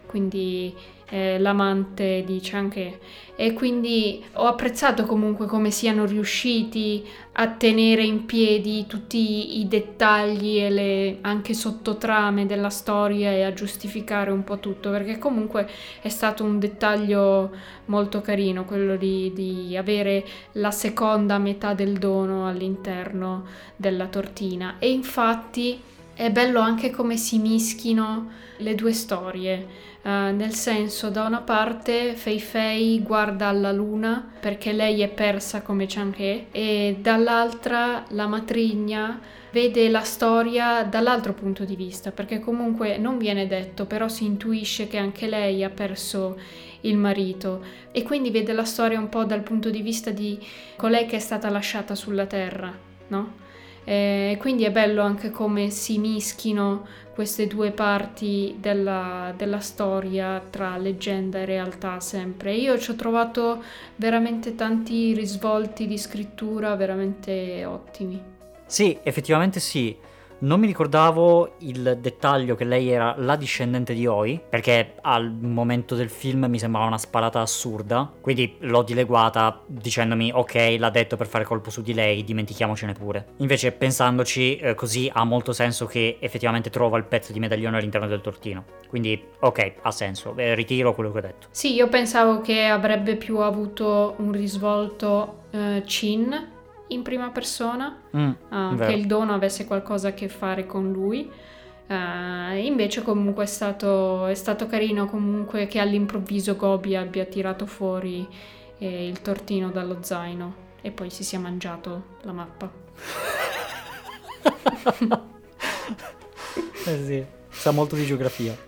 Speaker 1: quindi l'amante di Chang'e, e quindi ho apprezzato comunque come siano riusciti a tenere in piedi tutti i dettagli e le anche sottotrame della storia e a giustificare un po' tutto, perché comunque è stato un dettaglio molto carino quello di avere la seconda metà del dono all'interno della tortina. E infatti è bello anche come si mischino le due storie. Nel senso, da una parte Fei Fei guarda alla luna perché lei è persa come Chang'e, e dall'altra la matrigna vede la storia dall'altro punto di vista, perché comunque non viene detto, però si intuisce che anche lei ha perso il marito, e quindi vede la storia un po' dal punto di vista di colei che è stata lasciata sulla terra, no? Quindi è bello anche come si mischino queste due parti della storia tra leggenda e realtà sempre. Io ci ho trovato veramente tanti risvolti di scrittura veramente ottimi.
Speaker 2: Sì, effettivamente sì. Non mi ricordavo il dettaglio che lei era la discendente di Oi, perché al momento del film mi sembrava una sparata assurda, quindi l'ho dileguata dicendomi ok, l'ha detto per fare colpo su di lei, dimentichiamocene pure. Invece pensandoci così ha molto senso che effettivamente trova il pezzo di medaglione all'interno del tortino, quindi ok, ha senso, ritiro quello che ho detto.
Speaker 1: Sì, io pensavo che avrebbe più avuto un risvolto Chin in prima persona, che il dono avesse qualcosa a che fare con lui. Invece comunque è stato carino comunque che all'improvviso Gobi abbia tirato fuori il tortino dallo zaino e poi si sia mangiato la mappa.
Speaker 2: Sì, sa molto di geografia.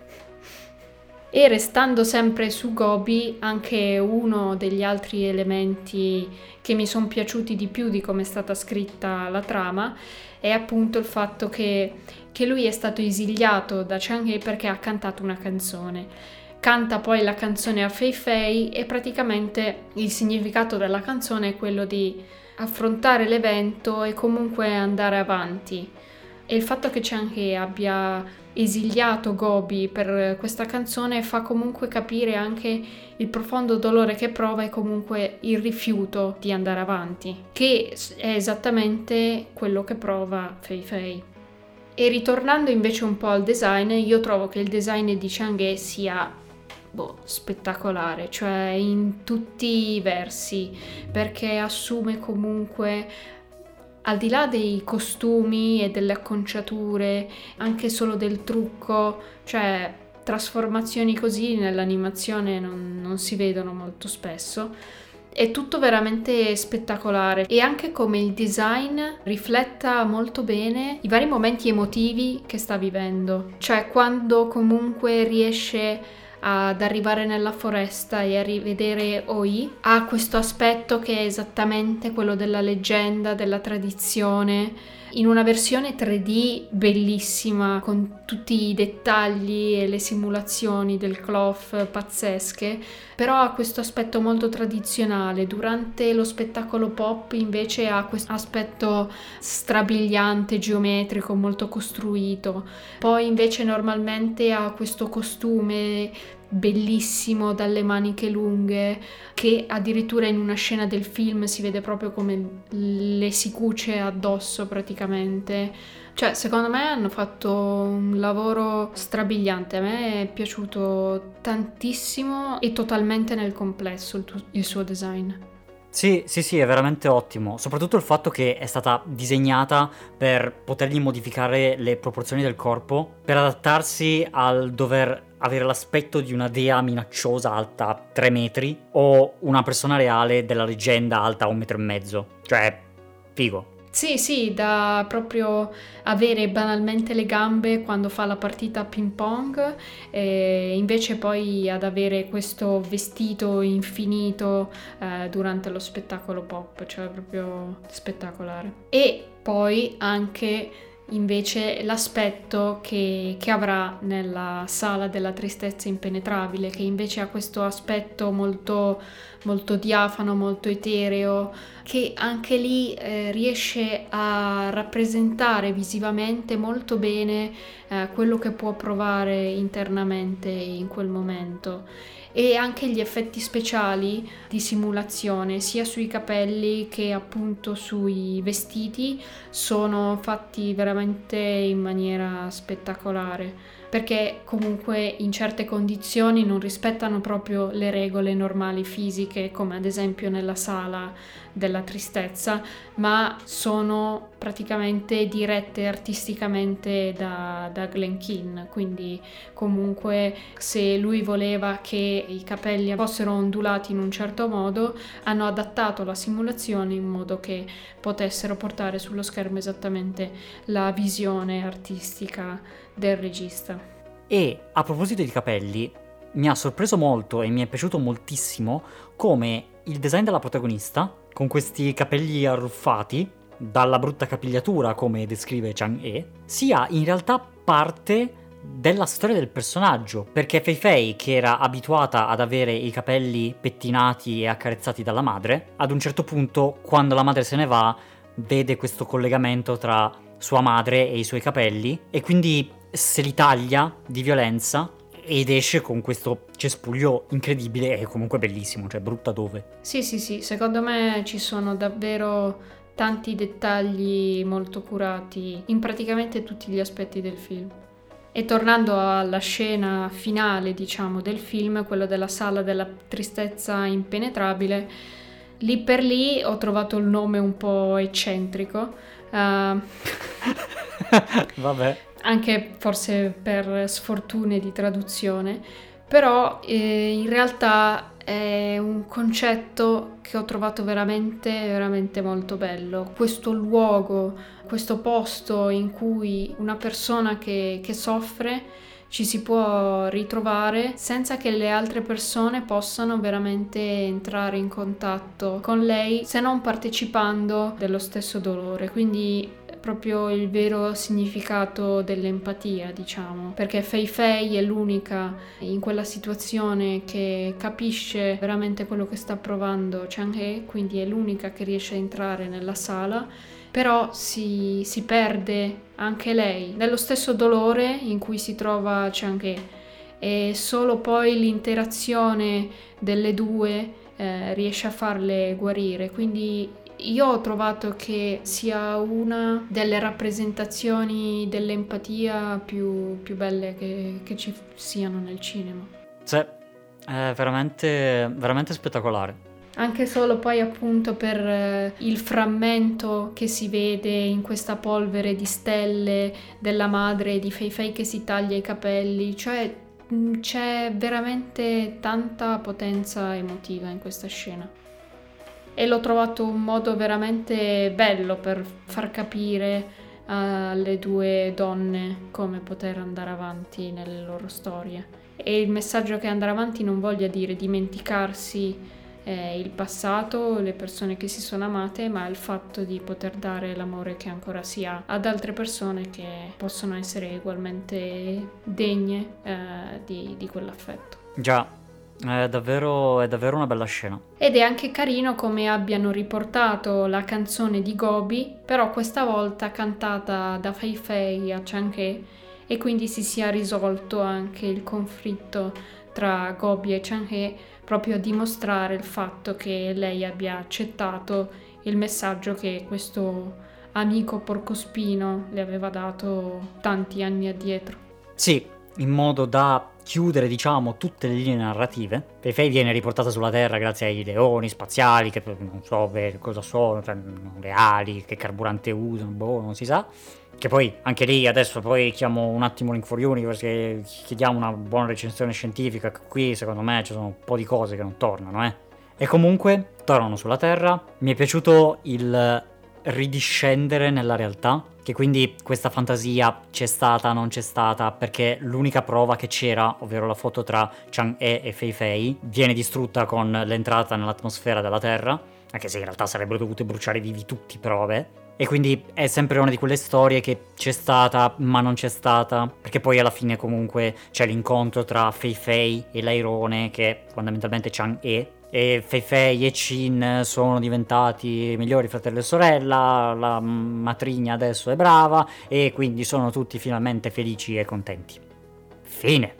Speaker 1: E restando sempre su Gobi, anche uno degli altri elementi che mi sono piaciuti di più di come è stata scritta la trama è appunto il fatto che lui è stato esiliato da Chang'e perché ha cantato una canzone. Canta poi la canzone a Fei Fei e praticamente il significato della canzone è quello di affrontare l'evento e comunque andare avanti. E il fatto che Chang'e abbia esiliato Gobi per questa canzone fa comunque capire anche il profondo dolore che prova e comunque il rifiuto di andare avanti, che è esattamente quello che prova Fei Fei. E ritornando invece un po' al design, io trovo che il design di Chang'e sia spettacolare, cioè in tutti i versi, perché assume comunque, al di là dei costumi e delle acconciature, anche solo del trucco, cioè trasformazioni così nell'animazione non si vedono molto spesso. È tutto veramente spettacolare e anche come il design rifletta molto bene i vari momenti emotivi che sta vivendo. Cioè quando comunque riesce ad arrivare nella foresta e a rivedere Oi, ha questo aspetto che è esattamente quello della leggenda, della tradizione, in una versione 3D bellissima, con tutti i dettagli e le simulazioni del cloth pazzesche, però ha questo aspetto molto tradizionale. Durante lo spettacolo pop invece ha questo aspetto strabiliante, geometrico, molto costruito. Poi invece normalmente ha questo costume bellissimo dalle maniche lunghe, che addirittura in una scena del film si vede proprio come le si cuce addosso praticamente. Cioè, secondo me hanno fatto un lavoro strabiliante. A me è piaciuto tantissimo e totalmente nel complesso il suo design.
Speaker 2: Sì, è veramente ottimo, soprattutto il fatto che è stata disegnata per potergli modificare le proporzioni del corpo, per adattarsi al dover avere l'aspetto di una dea minacciosa alta 3 metri o una persona reale della leggenda alta 1,5 metri, cioè figo.
Speaker 1: Sì, da proprio avere banalmente le gambe quando fa la partita a ping pong, e invece poi ad avere questo vestito infinito durante lo spettacolo pop, cioè proprio spettacolare. E poi anche invece l'aspetto che avrà nella sala della tristezza impenetrabile, che invece ha questo aspetto molto, molto diafano, molto etereo, che anche lì riesce a rappresentare visivamente molto bene quello che può provare internamente in quel momento. E anche gli effetti speciali di simulazione, sia sui capelli che appunto sui vestiti, sono fatti veramente in maniera spettacolare, perché comunque in certe condizioni non rispettano proprio le regole normali fisiche, come ad esempio nella sala della tristezza, ma sono praticamente dirette artisticamente da Glen Keane. Quindi comunque se lui voleva che i capelli fossero ondulati in un certo modo, hanno adattato la simulazione in modo che potessero portare sullo schermo esattamente la visione artistica del regista.
Speaker 2: E a proposito di capelli, mi ha sorpreso molto e mi è piaciuto moltissimo come il design della protagonista, con questi capelli arruffati, dalla brutta capigliatura come descrive Chang-e, sia in realtà parte della storia del personaggio, perché Fei Fei, che era abituata ad avere i capelli pettinati e accarezzati dalla madre, ad un certo punto, quando la madre se ne va, vede questo collegamento tra sua madre e i suoi capelli e quindi se li taglia di violenza ed esce con questo cespuglio incredibile e comunque bellissimo, cioè brutta dove.
Speaker 1: Sì, secondo me ci sono davvero tanti dettagli molto curati in praticamente tutti gli aspetti del film. E tornando alla scena finale, diciamo, del film, quello della sala della tristezza impenetrabile, lì per lì ho trovato il nome un po' eccentrico.
Speaker 2: Vabbè.
Speaker 1: Anche forse per sfortune di traduzione, però in realtà è un concetto che ho trovato veramente, veramente molto bello. Questo luogo, questo posto in cui una persona che soffre ci si può ritrovare senza che le altre persone possano veramente entrare in contatto con lei, se non partecipando dello stesso dolore. Quindi proprio il vero significato dell'empatia, diciamo, perché Fei Fei è l'unica in quella situazione che capisce veramente quello che sta provando Chang-e, quindi è l'unica che riesce a entrare nella sala, però si perde anche lei nello stesso dolore in cui si trova Chang-e, e solo poi l'interazione delle due riesce a farle guarire. Quindi io ho trovato che sia una delle rappresentazioni dell'empatia più belle che ci siano nel cinema.
Speaker 2: Sì, è veramente, veramente spettacolare.
Speaker 1: Anche solo poi appunto per il frammento che si vede in questa polvere di stelle della madre di Fei Fei che si taglia i capelli, cioè c'è veramente tanta potenza emotiva in questa scena. E l'ho trovato un modo veramente bello per far capire alle due donne come poter andare avanti nelle loro storie. E il messaggio che andare avanti non voglia dire dimenticarsi il passato, le persone che si sono amate, ma il fatto di poter dare l'amore che ancora si ha ad altre persone che possono essere ugualmente degne di quell'affetto.
Speaker 2: Già. È davvero una bella scena.
Speaker 1: Ed è anche carino come abbiano riportato la canzone di Gobi, però questa volta cantata da Fei Fei a Chang-e, e quindi si sia risolto anche il conflitto tra Gobi e Chang-e, proprio a dimostrare il fatto che lei abbia accettato il messaggio che questo amico porcospino le aveva dato tanti anni addietro.
Speaker 2: Sì, in modo da chiudere, diciamo, tutte le linee narrative. Fei Fei viene riportata sulla Terra grazie ai leoni spaziali, che non so cosa sono, cioè reali, che carburante usano, non si sa. Che poi, anche lì, adesso poi chiamo un attimo Link for Universe, che chiediamo una buona recensione scientifica, qui secondo me ci sono un po' di cose che non tornano, E comunque, tornano sulla Terra. Mi è piaciuto il ridiscendere nella realtà, che quindi questa fantasia c'è stata, non c'è stata, perché l'unica prova che c'era, ovvero la foto tra Chang-e e Fei Fei, viene distrutta con l'entrata nell'atmosfera della Terra, anche se in realtà sarebbero dovute bruciare vivi tutti prove, E quindi è sempre una di quelle storie che c'è stata, ma non c'è stata. Perché poi alla fine comunque c'è l'incontro tra Fei Fei e Lairone, che fondamentalmente Chang'e. E Fei Fei e Chin sono diventati migliori fratello e sorella, la matrigna adesso è brava, e quindi sono tutti finalmente felici e contenti. Fine.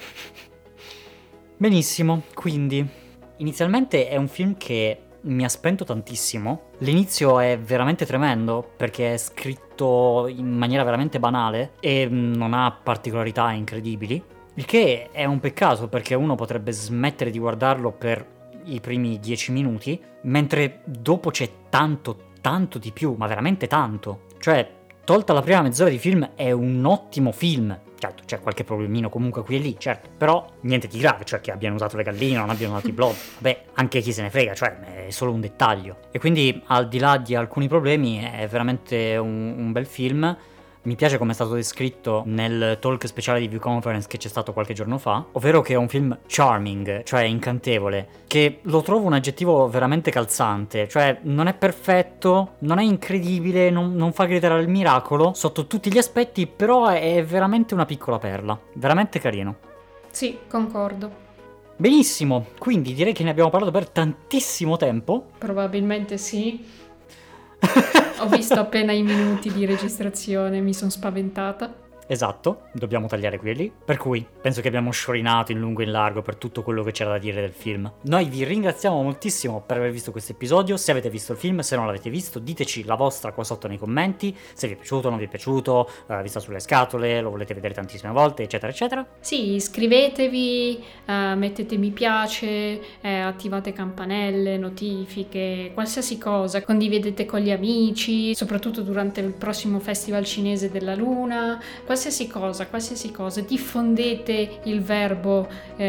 Speaker 2: Benissimo, quindi inizialmente è un film che mi ha spento tantissimo. L'inizio è veramente tremendo perché è scritto in maniera veramente banale e non ha particolarità incredibili, il che è un peccato perché uno potrebbe smettere di guardarlo per i primi 10 minuti, mentre dopo c'è tanto di più, ma veramente tanto. Cioè, tolta la prima mezz'ora di film, è un ottimo film. Certo, c'è qualche problemino comunque qui e lì, certo, però niente di grave, cioè che abbiano usato le galline, non abbiano usato i blob, vabbè, anche chi se ne frega, cioè è solo un dettaglio. E quindi, al di là di alcuni problemi, è veramente un bel film. Mi piace come è stato descritto nel talk speciale di View Conference che c'è stato qualche giorno fa, ovvero che è un film charming, cioè incantevole, che lo trovo un aggettivo veramente calzante, cioè non è perfetto, non è incredibile, non fa gridare al miracolo sotto tutti gli aspetti, però è veramente una piccola perla, veramente carino.
Speaker 1: Sì, concordo.
Speaker 2: Benissimo, quindi direi che ne abbiamo parlato per tantissimo tempo.
Speaker 1: Probabilmente sì. Ho visto appena i minuti di registrazione, mi sono spaventata.
Speaker 2: Esatto, dobbiamo tagliare quelli, per cui penso che abbiamo sciorinato in lungo e in largo per tutto quello che c'era da dire del film. Noi vi ringraziamo moltissimo per aver visto questo episodio, se avete visto il film, se non l'avete visto diteci la vostra qua sotto nei commenti, se vi è piaciuto, non vi è piaciuto, vi sta sulle scatole, lo volete vedere tantissime volte, eccetera eccetera.
Speaker 1: Sì, iscrivetevi, mettete mi piace, attivate campanelle, notifiche, qualsiasi cosa, condividete con gli amici, soprattutto durante il prossimo Festival Cinese della Luna, qualsiasi cosa, diffondete il verbo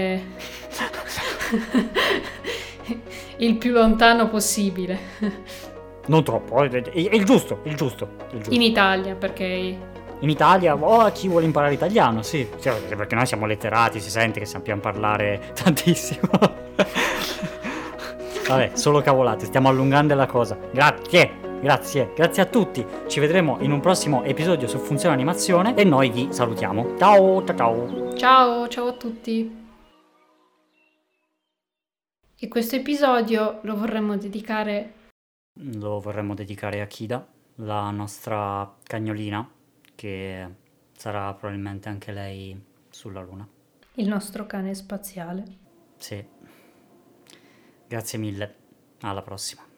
Speaker 1: il più lontano possibile.
Speaker 2: Non troppo, è il giusto.
Speaker 1: In Italia, perché
Speaker 2: in Italia, o a chi vuole imparare italiano, sì, perché noi siamo letterati, si sente che sappiamo parlare tantissimo. Vabbè, solo cavolate, stiamo allungando la cosa. Grazie a tutti. Ci vedremo in un prossimo episodio su Funzione Animazione e noi vi salutiamo. Ciao.
Speaker 1: Ciao a tutti. E questo episodio lo vorremmo dedicare
Speaker 2: a Kida, la nostra cagnolina, che sarà probabilmente anche lei sulla Luna.
Speaker 1: Il nostro cane spaziale.
Speaker 2: Sì. Grazie mille. Alla prossima.